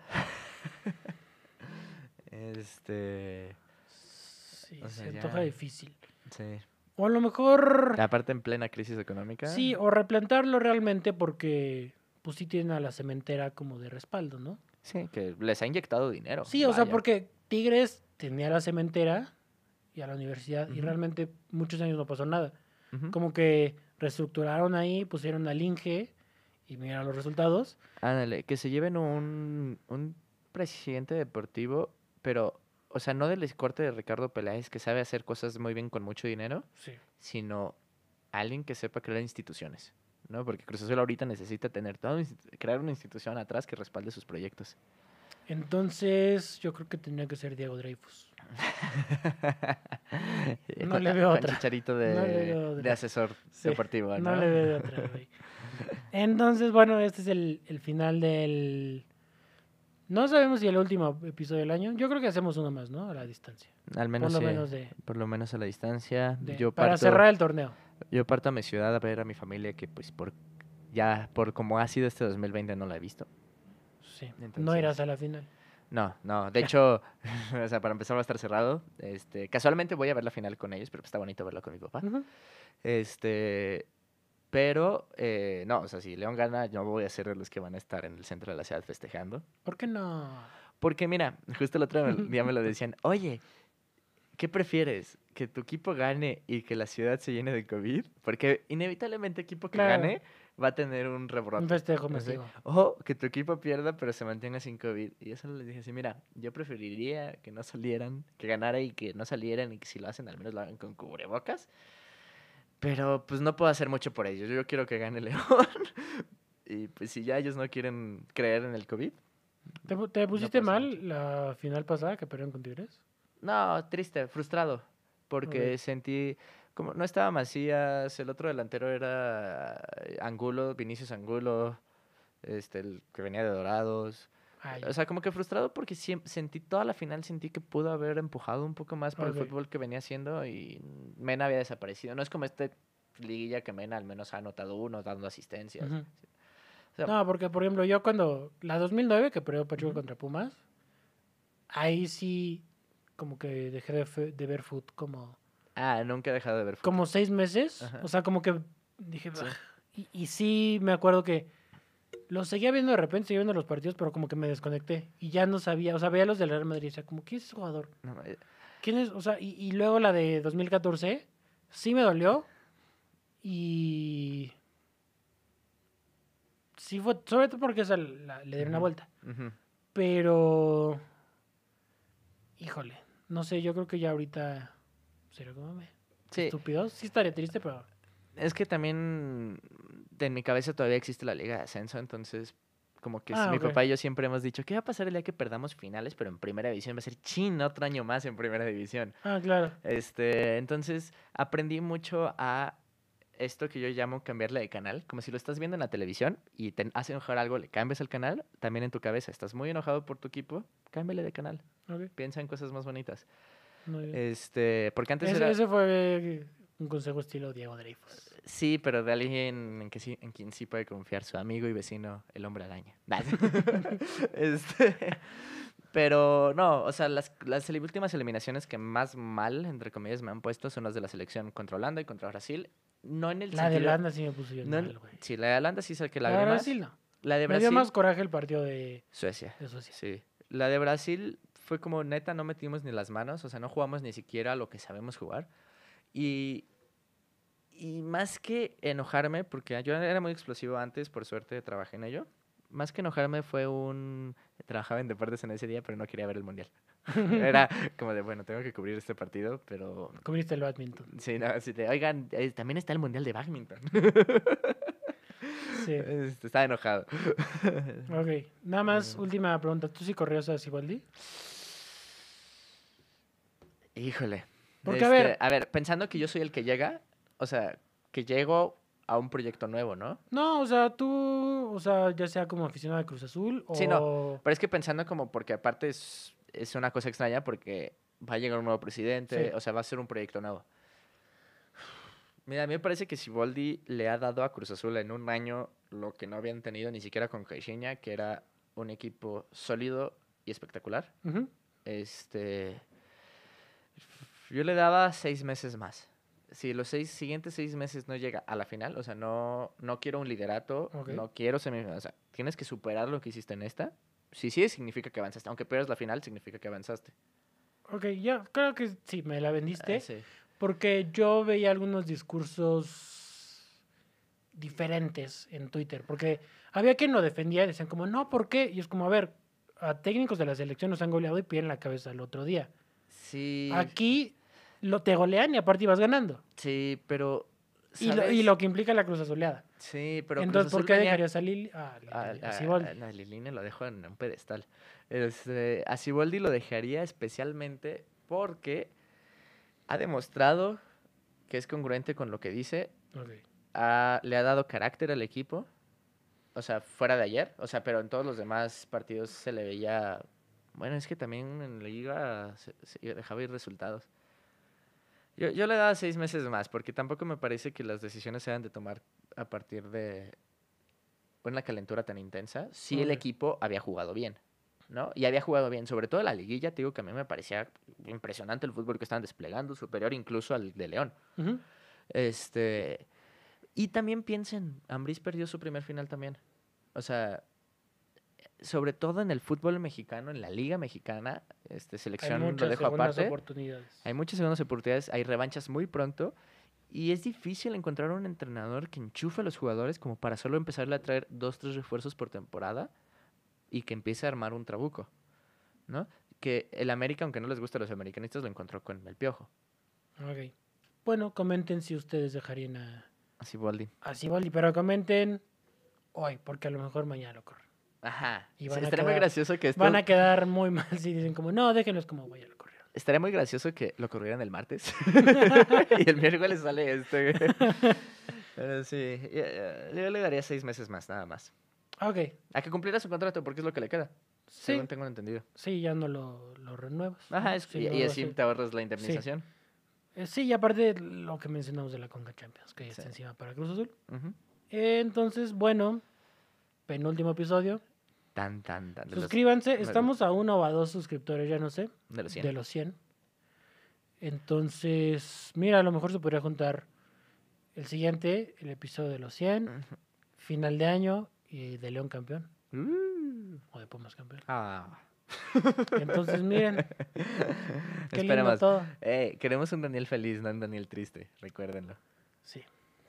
Sí, se antoja difícil. Sí. O a lo mejor... Aparte en plena crisis económica. Sí, o replantarlo realmente porque... pues sí tienen a la cementera como de respaldo, ¿no? Sí, que les ha inyectado dinero. Sí, o sea, porque Tigres tenía la cementera y a la universidad y realmente muchos años no pasó nada. Como que reestructuraron ahí, pusieron al Inge y miraron los resultados. Ándale, que se lleven un presidente deportivo, pero, o sea, no del corte de Ricardo Peláez, que sabe hacer cosas muy bien con mucho dinero, sino alguien que sepa crear instituciones. ¿No? Porque Cruz Azul ahorita necesita crear una institución atrás que respalde sus proyectos. Entonces, yo creo que tendría que ser Diego Dreyfus. No le veo otra. Chicharito de asesor deportivo, ¿no? No le veo otra, güey. Entonces, bueno, este es el final del... No sabemos si el último episodio del año. Yo creo que hacemos uno más, ¿no? A la distancia. Al menos por lo menos a la distancia. Para cerrar el torneo. Yo parto a mi ciudad a ver a mi familia que pues por como ha sido este 2020 no la he visto. sí. Entonces, no irás a la final. No. De hecho, o sea, para empezar va a estar cerrado. Casualmente voy a ver la final con ellos, pero está bonito verla con mi papá. Uh-huh. Pero, no, o sea, si León gana, yo voy a ser de los que van a estar en el centro de la ciudad festejando. ¿Por qué no? Porque, mira, justo el otro día me lo decían, oye, ¿qué prefieres? ¿Que tu equipo gane y que la ciudad se llene de COVID? Porque inevitablemente equipo que Claro. gane va a tener un rebrote. Un festejo ¿sí? masivo. O que tu equipo pierda pero se mantenga sin COVID. Y eso les dije así, mira, yo preferiría que no salieran, que ganara y que no salieran y que si lo hacen al menos lo hagan con cubrebocas. Pero pues no puedo hacer mucho por ellos. Yo quiero que gane León. Y pues si ya ellos no quieren creer en el COVID. ¿Te pusiste pasa mal mucho. la final pasada que perdieron con Tigres? No, triste, frustrado. Porque Ok. sentí, como no estaba Macías, el otro delantero era Angulo, Vinicius Angulo, el que venía de Dorados. Ay, O sea, como que frustrado porque sentí toda la final, sentí que pudo haber empujado un poco más por el ok. fútbol que venía haciendo y Mena había desaparecido. No es como liguilla que Mena al menos ha anotado uno, dando asistencias. Ujú. O sea, No, porque por ejemplo yo cuando la 2009 que perdió Pachuca ujú. contra Pumas, ahí sí como que dejé de ver fútbol Nunca he dejado de ver fútbol. como 6 meses. Ajá. O sea, como que dije, Sí. "Ugh". Y sí me acuerdo que lo seguía viendo de repente, seguía viendo los partidos, pero como que me desconecté y ya no sabía, o sea, veía los del Real Madrid y decía, como, ¿quién es ese jugador? No, ¿Quién es? O sea, y luego la de 2014 sí me dolió y sí fue, sobre todo porque le dieron una ujú, vuelta. ujú. Pero, híjole, no sé, yo creo que ya ahorita sería como Sí, estúpidos. Sí estaría triste, pero es que también en mi cabeza todavía existe la Liga de Ascenso, entonces como que ah, mi ok. papá y yo siempre hemos dicho, ¿qué va a pasar el día que perdamos finales, pero en primera división? Va a ser chin, otro año más en primera división. Ah, claro. Entonces aprendí mucho a esto que yo llamo cambiarle de canal, como si lo estás viendo en la televisión y te hace enojar algo, le cambias el canal, también en tu cabeza, estás muy enojado por tu equipo, cámbiale de canal, Ok, piensa en cosas más bonitas. muy bien. Porque antes Ese fue un consejo estilo Diego Dreyfus. sí, pero de alguien en quien sí puede confiar, su amigo y vecino, el hombre araña. Este, pero no, o sea, las últimas eliminaciones que más mal, entre comillas, me han puesto son las de la selección contra Holanda y contra Brasil. No en el La de sentido. Holanda sí me puso yo No mal, güey. sí, la de Holanda sí saqué La de lágrimas. Brasil no. La de Me dio más Brasil, coraje el partido de Suecia. Suecia. Sí. La de Brasil fue como neta, no metimos ni las manos, o sea, no jugamos ni siquiera lo que sabemos jugar. Y más que enojarme, porque yo era muy explosivo antes, por suerte trabajé en ello. Más que enojarme trabajaba en deportes en ese día, pero no quería ver el mundial. Era como de, bueno, tengo que cubrir este partido, pero... Cubriste el badminton. Sí, no, así de, oigan, también está el mundial de badminton. Sí. Estaba enojado. Ok. Nada más, última pregunta. ¿Tú sí corrías a Siboldi? Híjole. Porque, a ver, A ver, pensando que yo soy el que llega, o sea, que llego a un proyecto nuevo, ¿no? no, o sea, tú, o sea, ya sea como aficionado de Cruz Azul Sí, no. o... Pero es que pensando como porque aparte es una cosa extraña porque va a llegar un nuevo presidente, Sí. o sea, va a ser un proyecto nuevo. Mira, a mí me parece que Siboldi le ha dado a Cruz Azul en un año lo que no habían tenido ni siquiera con Caixinha, que era un equipo sólido y espectacular. Ujú. Yo le daba 6 meses más. Si los siguientes 6 meses no llega a la final, o sea, no quiero un liderato, Ok. no quiero semifinal, o sea, tienes que superar lo que hiciste en esta. Si sí, significa que avanzaste. Aunque pierdas la final, significa que avanzaste. Ok, ya, creo que sí, me la vendiste. Sí. Porque yo veía algunos discursos diferentes en Twitter. Porque había quien lo defendía y decían como, no, ¿por qué? Y es como, a ver, a técnicos de la selección nos han goleado y pierden la cabeza el otro día. Sí, Aquí te golean y aparte ibas ganando. sí, pero, Y ¿sabes? lo que implica la Cruz Azuleada. Sí, pero Cruz Entonces, ¿por Azul qué venía... dejarías a Siboldi? No, Lilini lo dejo en un pedestal. A Siboldi lo dejaría especialmente porque ha demostrado que es congruente con lo que dice. Ok. Le ha dado carácter al equipo. O sea, fuera de ayer. O sea, pero en todos los demás partidos se le veía... Bueno, es que también en la liga se dejaba ir resultados. Yo le daba 6 meses más, porque tampoco me parece que las decisiones se hayan de tomar a partir de... una calentura tan intensa, sí el equipo había jugado bien, ¿no? Y había jugado bien, sobre todo en la liguilla, te digo que a mí me parecía impresionante el fútbol que estaban desplegando, superior incluso al de León. Uh-huh. Y también piensen, Ambriz perdió su primer final también. O sea, sobre todo en el fútbol mexicano, en la Liga Mexicana, selección lo dejo aparte. Hay muchas segundas oportunidades, hay revanchas muy pronto. Y es difícil encontrar un entrenador que enchufe a los jugadores como para solo empezarle a traer 2, 3 refuerzos por temporada y que empiece a armar un trabuco, ¿no? Que el América, aunque no les guste a los americanistas, lo encontró con el Piojo. Ok. Bueno, comenten si ustedes dejarían a Siboldi, pero comenten hoy, porque a lo mejor mañana lo corren. Ajá. Y estaría muy gracioso que van a quedar muy mal si dicen como, no, déjenlos como vaya lo corrieron. Estaría muy gracioso que lo corrieran el martes y el miércoles sale Pero sí, yo le daría 6 meses más, nada más. Ok. A que cumpliera su contrato, porque es lo que le queda. Sí. Según tengo entendido. Sí, ya no lo renuevas. Ajá, y así te ahorras la indemnización. Sí, y aparte lo que mencionamos de la Conca Champions, que ya está encima para Cruz Azul. Uh-huh. Entonces, bueno, penúltimo episodio. Suscríbanse, estamos a 1 o a 2 suscriptores, ya no sé. De los 100. Entonces, mira, a lo mejor se podría juntar el siguiente, el episodio de los 100, uh-huh. Final de año y de León campeón. O de Pumas campeón. Entonces, miren. Qué lindo todo. Queremos un Daniel feliz, no un Daniel triste. Recuérdenlo. Sí.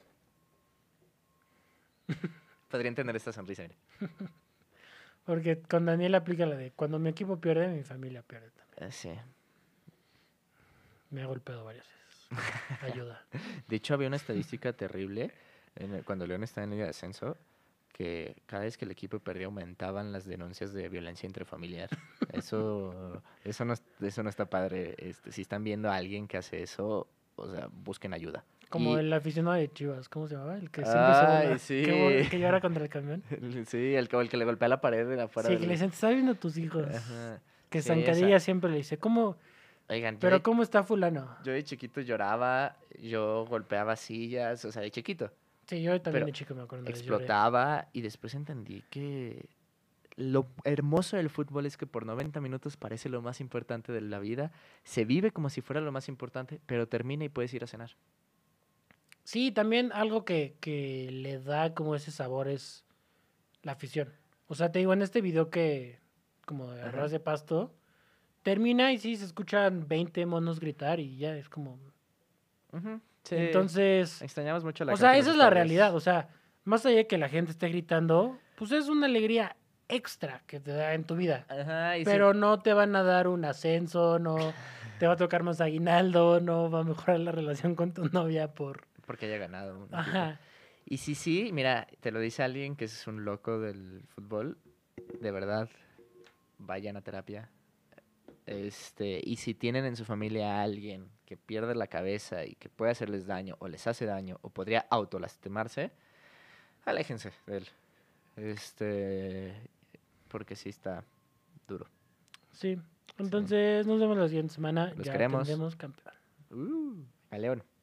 Podrían tener esta sonrisa. Porque con Daniel aplica la de cuando mi equipo pierde, mi familia pierde también. Sí. Me ha golpeado varias veces. Ayuda. De hecho, había una estadística terrible cuando León estaba en Liga de Ascenso, que cada vez que el equipo perdía aumentaban las denuncias de violencia intrafamiliar. Eso no está padre. Si están viendo a alguien que hace eso, o sea, busquen ayuda. Como el aficionado de Chivas, ¿cómo se llamaba? El que siempre se burla, sí. que llora contra el camión. Sí, el que le golpea la pared de afuera. Sí, que le dicen, te está viendo a tus hijos. Ajá. Que sí, Zancadilla siempre le dice, ¿cómo? Oigan, pero ¿cómo está fulano? Yo de chiquito lloraba, yo golpeaba sillas, o sea, de chiquito. Sí, yo también de chico me acuerdo. Explotaba y después entendí que lo hermoso del fútbol es que por 90 minutos parece lo más importante de la vida, se vive como si fuera lo más importante, pero termina y puedes ir a cenar. Sí, también algo que le da como ese sabor es la afición. O sea, te digo, en este video que, como de arroz de pasto, termina y sí, se escuchan 20 monos gritar y ya es como... Uh-huh. Sí, entonces... extrañamos mucho a la gente. O sea, esa es la realidad. O sea, más allá de que la gente esté gritando, pues es una alegría extra que te da en tu vida. Ajá, pero no te van a dar un ascenso, no te va a tocar más aguinaldo, no va a mejorar la relación con tu novia porque haya ganado. Ajá. Y sí, mira, te lo dice alguien que es un loco del fútbol. De verdad, vayan a terapia. Y si tienen en su familia a alguien que pierde la cabeza y que puede hacerles daño o les hace daño o podría autolastimarse, aléjense de él. Porque sí está duro. Sí. Entonces, nos vemos la siguiente semana. Los queremos. Tendremos campeón. A León.